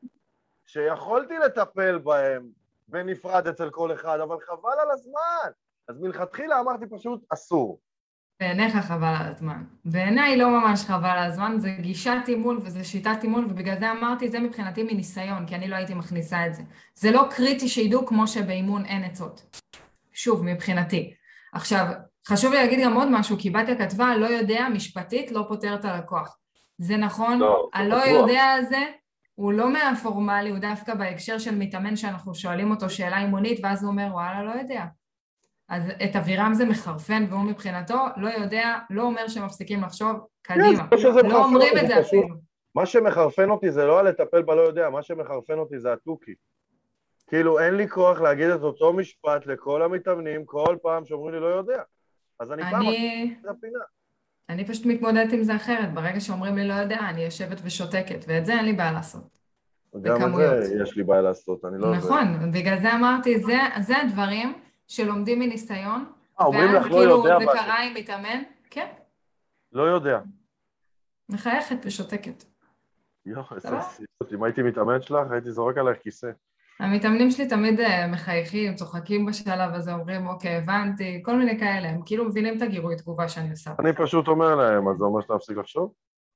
שיכולתי לטפל בהם בנפרד אצל כל אחד, אבל חבל על הזמן. אז מלכתחילה אמרתי פשוט אסור. בעיניך חבל על הזמן. בעיניי לא ממש חבל על הזמן, זה גישת אימון וזה שיטת אימון, ובגלל זה אמרתי, זה מבחינתי מניסיון, כי אני לא הייתי מכניסה את זה. זה לא קריטי שידעו כמו שבאימון אין עצות. שוב, מבחינתי. עכשיו, חשוב לי להגיד גם עוד משהו, כי בתיה כתבה, לא יודע, משפטית לא פותר את הלקוח. זה נכון, הלא יודע הזה, הוא לא מהפורמלי, הוא דווקא בהקשר של מתאמן שאנחנו שואלים אותו שאלה אימונית, ואז הוא אומר, וואלה, לא יודע. אז את אבירם זה מחרפן, והוא מבחינתו לא יודע, לא אומר שמפסיקים לחשוב, קדימה. לא אומרים את זה אפילו. מה שמחרפן אותי זה לא לטפל בלא יודע, מה שמחרפן אותי זה התוכי. כאילו אין לי כוח להגיד את אותו משפט לכל המתאמנים, כל פעם שאומרים לי לא יודע. אז אני פעם את הפינה. אני פשוט מתמודדת עם זה אחרת, ברגע שאומרים לי לא יודע, אני יושבת ושותקת, ואת זה אין לי בעיה לעשות. גם את זה יש לי בעיה לעשות, אני לא... נכון, בגלל זה אמרתי, זה הדברים שלומדים מניסיון, אומרים לך לא יודע זה קרה עם מתאמן, כן. לא יודע. מחייכת ושותקת. איזה סיוט, אם הייתי מתאמן שלך, הייתי זורק עליך כיסא. המתאמנים שלי תמיד מחייכים, צוחקים בשלב הזה, אומרים, אוקיי, הבנתי, כל מיני כאלה, הם כאילו מבינים את הגירוי תגובה שאני עושה. אני פשוט אומר להם, אז זה אומר שאתה מפסיק לחשוב?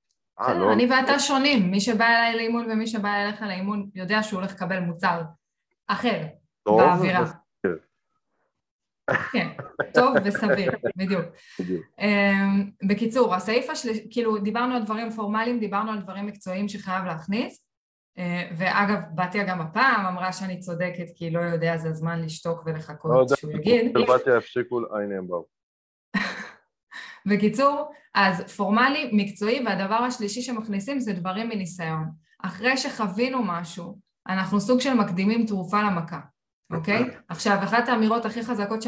אני ואתה שונים, מי שבא אליי לאימון ומי שבא אליך לאימון יודע שהוא הולך לקבל מוצר אחר באווירה. כן, טוב וסביר, בדיוק. בקיצור, הסעיף השלישי, כאילו דיברנו על דברים פורמליים, דיברנו על דברים מקצועיים שחייב להכניס, ואגב, בתיה גם הפעם אמרה שאני צודקת, כי היא לא יודע, זה הזמן לשתוק ולחכות שהוא יגיד. בתיה הפסיקו, הנה הם באו. בקיצור, אז פורמלי, מקצועי, והדבר השלישי שמכניסים זה דברים מניסיון. אחרי שחווינו משהו, אנחנו סוג של מקדימים תרופה למכה, אוקיי? עכשיו, אחת האמירות הכי חזקות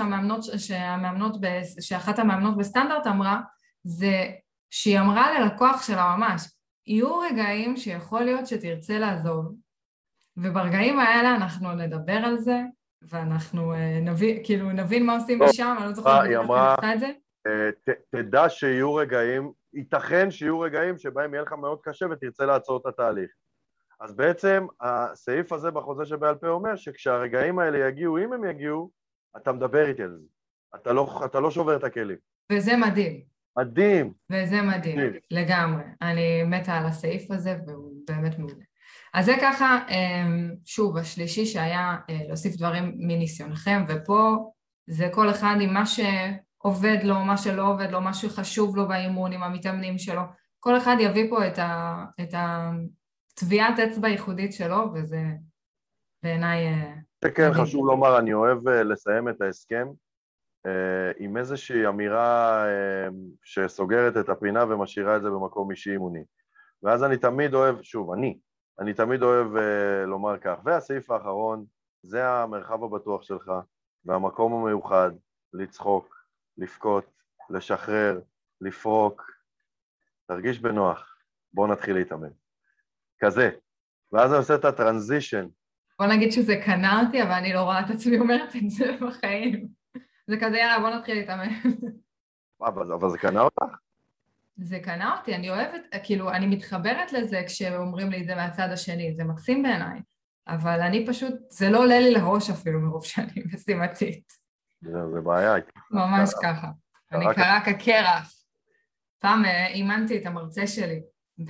שאחת המאמנות בסטנדרט אמרה, זה שהיא אמרה ללקוח שלה ממש, יהיו רגעים שיכול להיות שתרצה לעזוב, וברגעים האלה אנחנו נדבר על זה, ואנחנו נבין מה עושים משם, אני לא זוכרת את זה. תדע שיהיו רגעים, ייתכן שיהיו רגעים שבהם יהיה לך מאוד קשה ותרצה לעצור את התהליך. אז בעצם הסעיף הזה בחוזה שבעל פה אומר שכשהרגעים האלה יגיעו, אם הם יגיעו, אתה מדבר איתי על זה. אתה לא שובר את הכלים. וזה מדהים. מדהים. וזה מדהים, לגמרי. אני מתה על הסעיף הזה והוא באמת מעולה. אז זה ככה, שוב, השלישי שהיה להוסיף דברים מניסיונכם, ופה זה כל אחד עם מה שעובד לו, מה שלא עובד לו, מה שחשוב לו באימון עם המתאמנים שלו. כל אחד יביא פה את טביעת אצבע ייחודית שלו, וזה בעיניי... כן, חשוב לומר, אני אוהב לסיים את ההסכם עם איזושהי אמירה שסוגרת את הפינה ומשאירה את זה במקום אישי אימוני. ואז אני תמיד אוהב, שוב, אני תמיד אוהב לומר כך, והסעיף האחרון, זה המרחב הבטוח שלך, והמקום המיוחד, לצחוק, לבכות, לשחרר, לפרוק, תרגיש בנוח, בוא נתחיל להתאמן. כזה, ואז אני עושה את הטרנזישן. בוא נגיד שזה קנה אותי, אבל אני לא רואה את עצמי אומרת את זה בחיים. זה כזה, יאללה, בוא נתחיל להתאמן. אבל זה קנה אותך? זה קנה אותי, אני אוהבת, כאילו, אני מתחברת לזה כשאומרים לי את זה מהצד השני, זה מקסים בעיניי, אבל אני פשוט, זה לא עולה לי לראש אפילו מרוב שאני משימתית. זה בעיה. ממש ככה. אני קרה כקרח. פעם אימנתי את המרצה שלי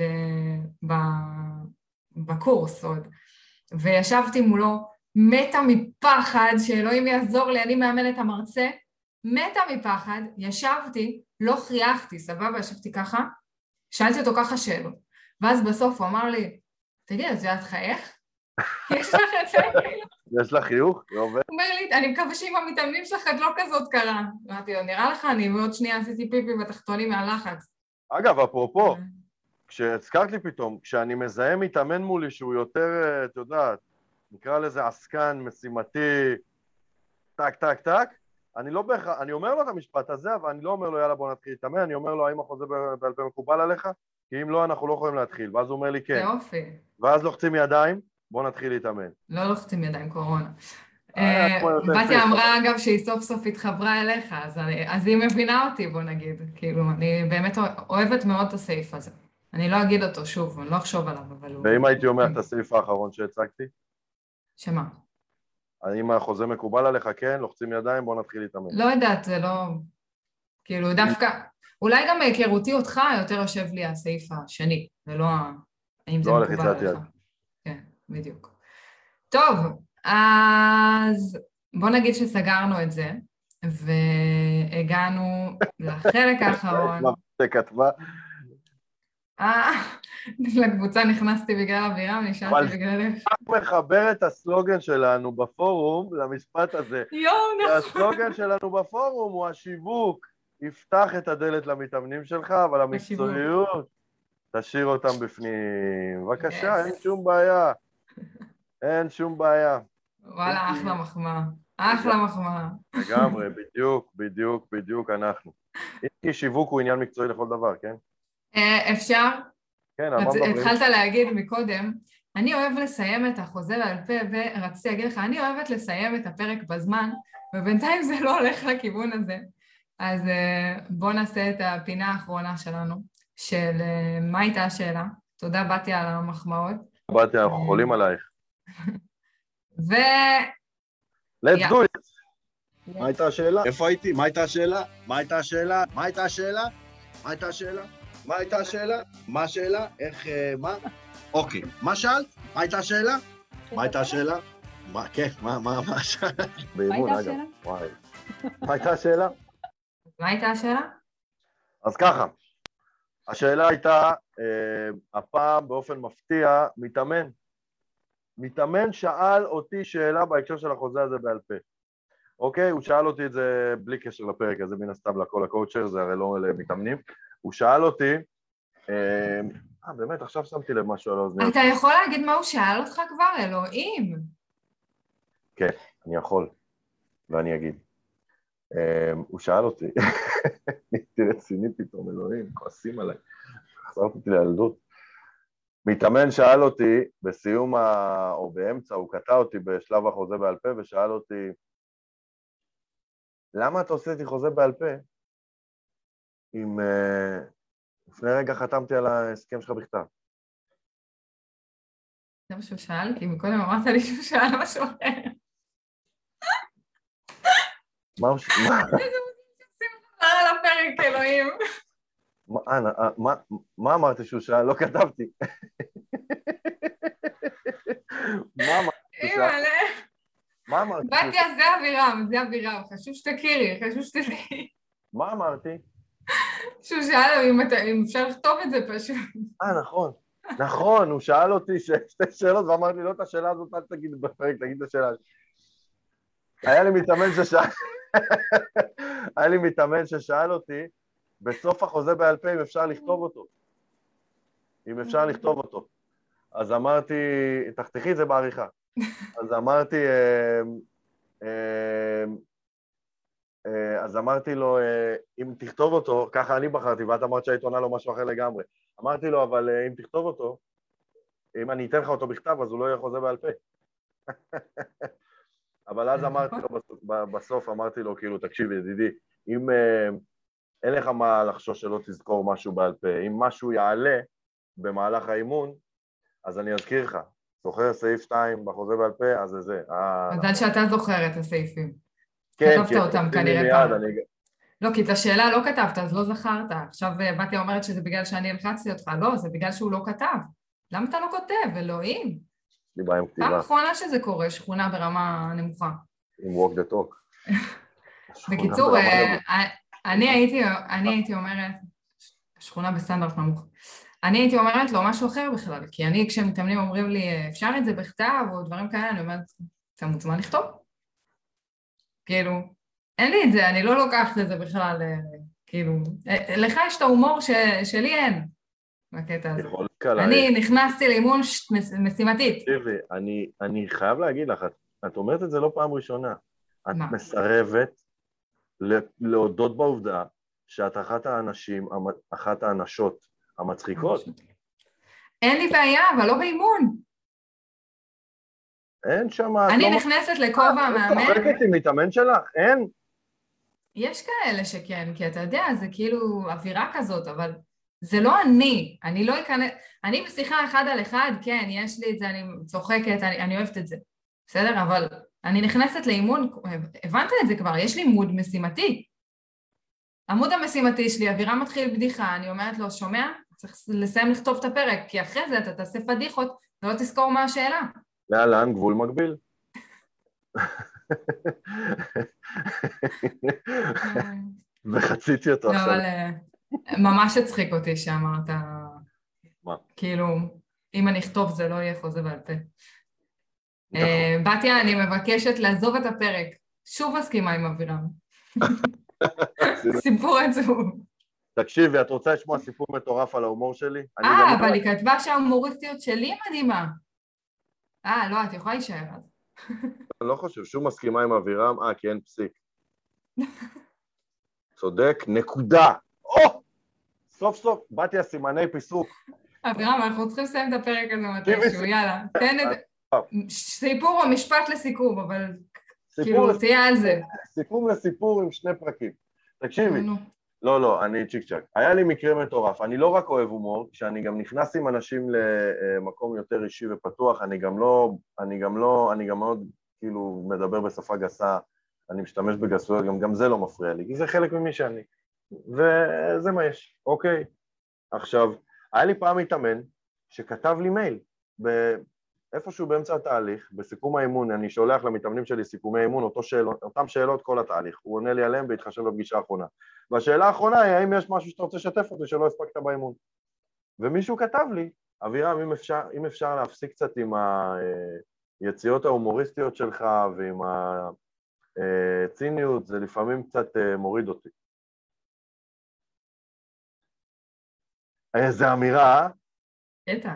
בקורס עוד, וישבתי מולו, מתה מפחד, שאלוהים יעזור לי, אני מאמן את המרצה, מתה מפחד, ישבתי, לא חייכתי, סבבה, ישבתי ככה, שאלתי אותו ככה שאלות, ואז בסוף הוא אמר לי, תגיד, אז יודעת חייך? יש לך את זה כאילו? יש לך חיוך? לא עובד? הוא אומר לי, אני מקווה שעם המתאמנים שלך את לא כזאת קרה. אמרתי לו, נראה לך, אני מאוד שנייה עשיתי פיפי בתחתונים מהלחץ. אגב, אפרופו, כשהזכרת לי פתאום, כשאני מזהה מתאמן מולי שהוא יותר, את יודעת, נקרא לזה עסקן, משימתי, טק, טק, טק, אני אומר לו את המשפט הזה, אבל אני לא אומר לו, יאללה, בוא נתחיל להתאמן, אני אומר לו, האם החוזה בעל פה מקובל עליך? כי אם לא, אנחנו לא יכולים להתחיל. ואז הוא אומר לי, כן. יופי. ואז לוחצים ידיים, בוא נתחיל להתאמן. לא לוחצים ידיים, קורונה. בתיה אמרה, אגב, שהיא סוף סוף התחברה אליך, אז היא מבינה אותי, בוא נגיד. כאילו, אני באמת אוהבת מאוד את הסעיף הזה. אני לא אגיד אותו שוב, אני לא אחשוב עליו, אבל הוא... ואם הייתי אומר את הסעיף האחרון שהצגתי? שמה? האם החוזה מקובל עליך, כן, לוחצים ידיים, בוא נתחיל להתאמן. לא יודעת, זה לא... כאילו, דווקא... אולי גם מהיכרותי אותך יותר יושב לי הסעיף השני, ולא האם זה מקובל עליך. כן, בדיוק. טוב, אז בוא נגיד שסגרנו את זה, והגענו לחלק האחרון. מה זה כתבה? לקבוצה נכנסתי בגלל אבירם, נשארתי בגללך. אבל איך מחבר את הסלוגן שלנו בפורום למשפט הזה? נכון. הסלוגן שלנו בפורום הוא השיווק, יפתח את הדלת למתאמנים שלך, אבל המקצועיות, תשאיר אותם בפנים. בבקשה, אין שום בעיה. אין שום בעיה. וואלה, אחלה מחמאה. אחלה מחמאה. לגמרי, בדיוק אנחנו. כי שיווק הוא עניין מקצועי לכל דבר, כן? אפשר? כן, אבל התחלת להגיד מקודם, אני אוהב לסיים את החוזה בעל פה, ורציתי להגיד לך, אני אוהבת לסיים את הפרק בזמן, ובינתיים זה לא הולך לכיוון הזה. אז בואו נעשה את הפינה האחרונה שלנו, של מה הייתה השאלה. תודה, בתיה, על המחמאות. בתיה, אנחנו חולים עלייך. Let's do it. מה הייתה השאלה? איפה הייתי? מה הייתה השאלה? מה הייתה השאלה? מה הייתה השאלה? מה הייתה השאלה? מה הייתה השאלה? מה השאלה? איך, מה? אוקיי. מה שאלת? מה הייתה השאלה? מה הייתה השאלה? מה, כן, מה שאלת? מה הייתה השאלה? מה הייתה השאלה? מה הייתה השאלה? אז ככה, השאלה הייתה, הפעם באופן מפתיע, מתאמן שאל אותי שאלה בהקשר של החוזה הזה בעל פה. אוקיי? הוא שאל אותי את זה בלי קשר לפרק הזה, מן הסתם לכל הקואוצ'ר, זה הרי לא למתאמנים. הוא שאל אותי, באמת, עכשיו שמתי לב משהו על האוזניות. אתה יכול להגיד מה הוא שאל אותך כבר, אלוהים? כן, אני יכול, ואני אגיד. הוא שאל אותי, הייתי רציני פתאום, אלוהים, כועסים עליי, חזרת אותי לילדות. מתאמן שאל אותי, בסיום או באמצע, הוא קטע אותי בשלב החוזה בעל פה, ושאל אותי, למה אתה עושה איתי חוזה בעל פה? אם לפני רגע חתמתי על ההסכם שלך בכתב. זה מה שהוא שאל? כי מקודם אמרת לי שהוא שאל משהו אחר. מה הוא שאל? איזה מוזים שעושים לך על הפרק, אלוהים. מה אמרתי שהוא שאל? לא כתבתי. מה אמרתי שהוא שאל? מה אמרתי? בתיה, זה אבירם, חשוב שתכירי, חשוב שתכירי. מה אמרתי? שהוא שאל אם אפשר לכתוב את זה פשוט. נכון, הוא שאל אותי שתי שאלות, ואמרתי לי, לא את השאלה הזאת, אל תגיד בפרק, תגיד את השאלה. היה לי מתאמן ששאל אותי, בסוף החוזה בעל פה, אם אפשר לכתוב אותו. אז אמרתי, תחתכי את זה בעריכה. אז אמרתי לו, אם תכתוב אותו, ככה אני בחרתי, ואת אמרת שהיית עונה לו משהו אחר לגמרי. אמרתי לו, אבל אם תכתוב אותו, אם אני אתן לך אותו בכתב, אז הוא לא יהיה חוזה בעל פה. אבל אז אמרתי לו, בסוף אמרתי לו, כאילו, תקשיב, ידידי, אם אין לך מה לחשוש שלא תזכור משהו בעל פה, אם משהו יעלה במהלך האימון, אז אני אזכיר לך. זוכר סעיף 2 בחוזה בעל פה, אז זה. מזל שאתה זוכר את הסעיפים. כן, כתבת אותם כנראה פעם. לא, כי את השאלה לא כתבת, אז לא זכרת. עכשיו בתיה אומרת שזה בגלל שאני הלחצתי אותך. לא, זה בגלל שהוא לא כתב. למה אתה לא כותב, אלוהים? לי בעיה עם כתיבה. פעם אחרונה שזה קורה, שכונה ברמה נמוכה. עם walk the talk. בקיצור, אני הייתי אומרת, שכונה בסטנדרט נמוך. אני הייתי אומרת לו משהו אחר בכלל, כי אני כשמתאמנים אומרים לי, אפשר את זה בכתב או דברים כאלה, אני אומרת, אתה מוזמן לכתוב? כאילו, אין לי את זה, אני לא לוקחת את זה בכלל, כאילו, לך יש את ההומור שלי אין, בקטע הזה. אני נכנסתי לאימון משימתית. תראי, אני חייב להגיד לך, את אומרת את זה לא פעם ראשונה, את מסרבת להודות בעובדה שאת אחת האנשות המצחיקות. אין לי בעיה, אבל לא באימון. אין שם... אני נכנסת לכובע המאמן. את צוחקת עם מתאמן שלך? אין? יש כאלה שכן, כי אתה יודע, זה כאילו אווירה כזאת, אבל זה לא אני לא אכנס... אני בשיחה אחד על אחד, כן, יש לי את זה, אני צוחקת, אני אוהבת את זה. בסדר? אבל אני נכנסת לאימון, הבנת את זה כבר, יש לי מוד משימתי. עמוד המשימתי שלי, אווירה מתחיל בדיחה, אני אומרת לו, שומע? צריך לסיים לכתוב את הפרק, כי אחרי זה אתה תעשה פדיחות ולא תזכור מה השאלה. לאן גבול מקביל? וחציתי אותו עכשיו. אבל ממש הצחיק אותי שאמרת, כאילו, אם אני אכתוב זה לא יהיה חוזה בעל פה. בתיה, אני מבקשת לעזוב את הפרק. שוב מסכימה עם אבירם. סיפור עצוב. תקשיבי, את רוצה לשמוע סיפור מטורף על ההומור שלי? אבל היא כתבה שההומוריסטיות שלי מדהימה. לא, את יכולה להישאר אז. אני לא חושב, שוב מסכימה עם אבירם, כי אין פסיק. צודק, נקודה. סוף סוף, באתי הסימני פיסוק. אבירם, אנחנו צריכים לסיים את הפרק הזה מתישהו, יאללה. תן את סיפור או משפט לסיכום, אבל כאילו, תהיה על זה. סיכום לסיפור עם 2 פרקים. תקשיבי. לא, אני צ'יק צ'ק. היה לי מקרה מטורף. אני לא רק אוהב הומור, כשאני גם נכנס עם אנשים למקום יותר אישי ופתוח, אני גם מאוד כאילו מדבר בשפה גסה, אני משתמש בגסויות, גם זה לא מפריע לי, כי זה חלק ממי שאני. וזה מה יש, אוקיי. עכשיו, היה לי פעם מתאמן שכתב לי מייל, איפשהו באמצע התהליך, בסיכום האימון, אני שולח למתאמנים שלי סיכומי אימון, אותם שאלות כל התהליך, הוא עונה לי עליהם בהתחשב בפגישה האחרונה. והשאלה האחרונה היא, האם יש משהו שאתה רוצה לשתף אותי שלא הספקת באימון? ומישהו כתב לי, אבירם, אם אפשר להפסיק קצת עם היציאות ההומוריסטיות שלך ועם הציניות, זה לפעמים קצת מוריד אותי. איזה אמירה, בטח.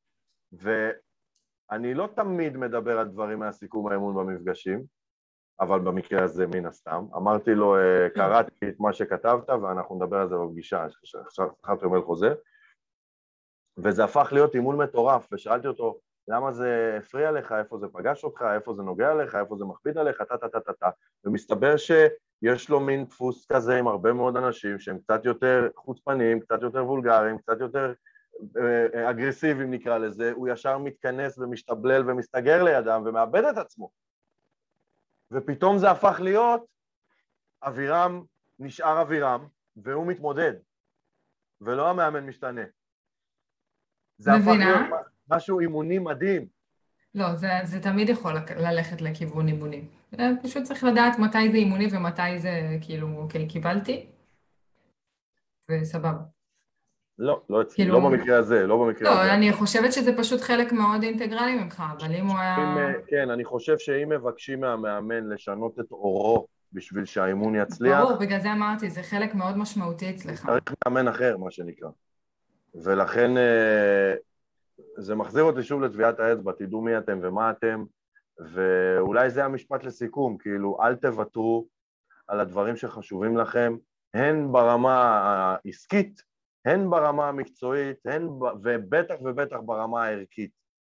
ואני לא תמיד מדבר על דברים מהסיכום האימון במפגשים, אבל במקרה הזה מן הסתם. אמרתי לו, קראתי את מה שכתבת ואנחנו נדבר על זה בפגישה, עכשיו חייתי אומר חוזר, וזה הפך להיות אימון מטורף, ושאלתי אותו, למה זה הפריע לך, איפה זה פגש אותך, איפה זה נוגע לך, איפה זה מכביד עליך, ומסתבר שיש לו מין דפוס כזה עם הרבה מאוד אנשים שהם קצת יותר חוצפניים, קצת יותר וולגריים, קצת יותר אגרסיביים נקרא לזה, הוא ישר מתכנס ומשתבלל ומסתגר לידם ומאבד את עצמו. ופתאום זה הפך להיות, אבירם נשאר אבירם, והוא מתמודד, ולא המאמן משתנה. זה הפך להיות משהו אימוני מדהים. לא, זה תמיד יכול ללכת לכיוון אימוני. פשוט צריך לדעת מתי זה אימוני ומתי זה כאילו, אוקיי, קיבלתי, וסבבה. לא אצלי, לא במקרה הזה, לא במקרה הזה. לא, אני חושבת שזה פשוט חלק מאוד אינטגרלי ממך, אבל אם הוא היה... כן, אני חושב שאם מבקשים מהמאמן לשנות את אורו בשביל שהאימון יצליח... ברור, בגלל זה אמרתי, זה חלק מאוד משמעותי אצלך. צריך מאמן אחר, מה שנקרא. ולכן זה מחזיר אותי שוב לטביעת האצבע, תדעו מי אתם ומה אתם, ואולי זה המשפט לסיכום, כאילו, אל תוותרו על הדברים שחשובים לכם, הן ברמה העסקית, הן ברמה המקצועית, ובטח ובטח ברמה הערכית.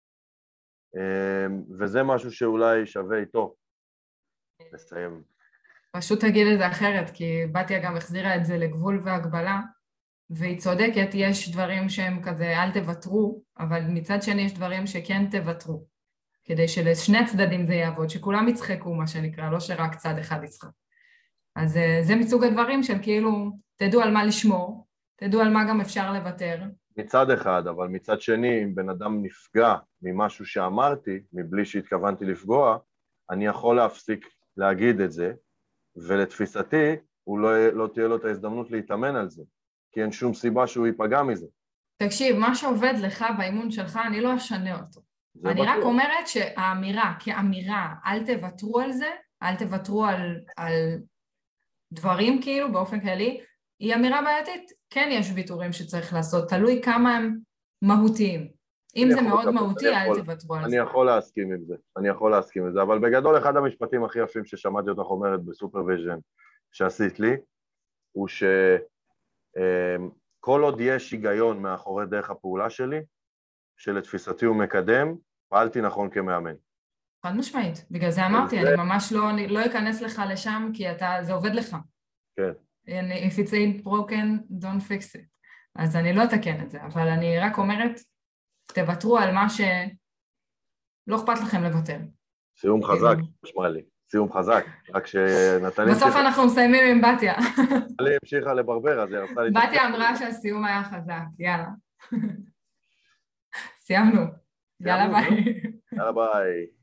וזה משהו שאולי שווה איתו. לסיים. פשוט תגיד את זה אחרת, כי בתיה גם החזירה את זה לגבול והגבלה, והיא צודקת, יש דברים שהם כזה, אל תוותרו, אבל מצד שני יש דברים שכן תוותרו, כדי שלשני הצדדים זה יעבוד, שכולם יצחקו, מה שנקרא, לא שרק צד אחד יצחק. אז זה מסוג הדברים של כאילו, תדעו על מה לשמור, תדעו על מה גם אפשר לוותר. מצד אחד, אבל מצד שני, אם בן אדם נפגע ממשהו שאמרתי, מבלי שהתכוונתי לפגוע, אני יכול להפסיק להגיד את זה, ולתפיסתי, הוא לא תהיה לו את ההזדמנות להתאמן על זה, כי אין שום סיבה שהוא ייפגע מזה. תקשיב, מה שעובד לך באימון שלך, אני לא אשנה אותו. אני רק אומרת שהאמירה, כאמירה, אל תוותרו על זה, אל תוותרו על דברים כאילו, באופן כללי, היא אמירה בעייתית. כן יש ויתורים שצריך לעשות, תלוי כמה הם מהותיים. אם זה מאוד מהותי, אל תוותרו על זה. אני יכול להסכים עם זה, אבל בגדול אחד המשפטים הכי יפים ששמעתי אותך אומרת בסופרוויז'ן שעשית לי, הוא שכל עוד יש היגיון מאחורי דרך הפעולה שלי, שלתפיסתי הוא מקדם, פעלתי נכון כמאמן. חד משמעית, בגלל זה אמרתי, אני ממש לא אכנס לך לשם, כי זה עובד לך. כן. If it's ain't broken, don't fix it. אז אני לא אתקן את זה, אבל אני רק אומרת, תוותרו על מה שלא אכפת לכם לוותר. סיום חזק, משמע לי. סיום חזק, רק שנתנית... בסוף אנחנו מסיימים עם בתיה. נתנית המשיכה לברבר, אז היא עשתה לי... בתיה אמרה שהסיום היה חזק, יאללה. סיימנו. יאללה ביי. יאללה ביי.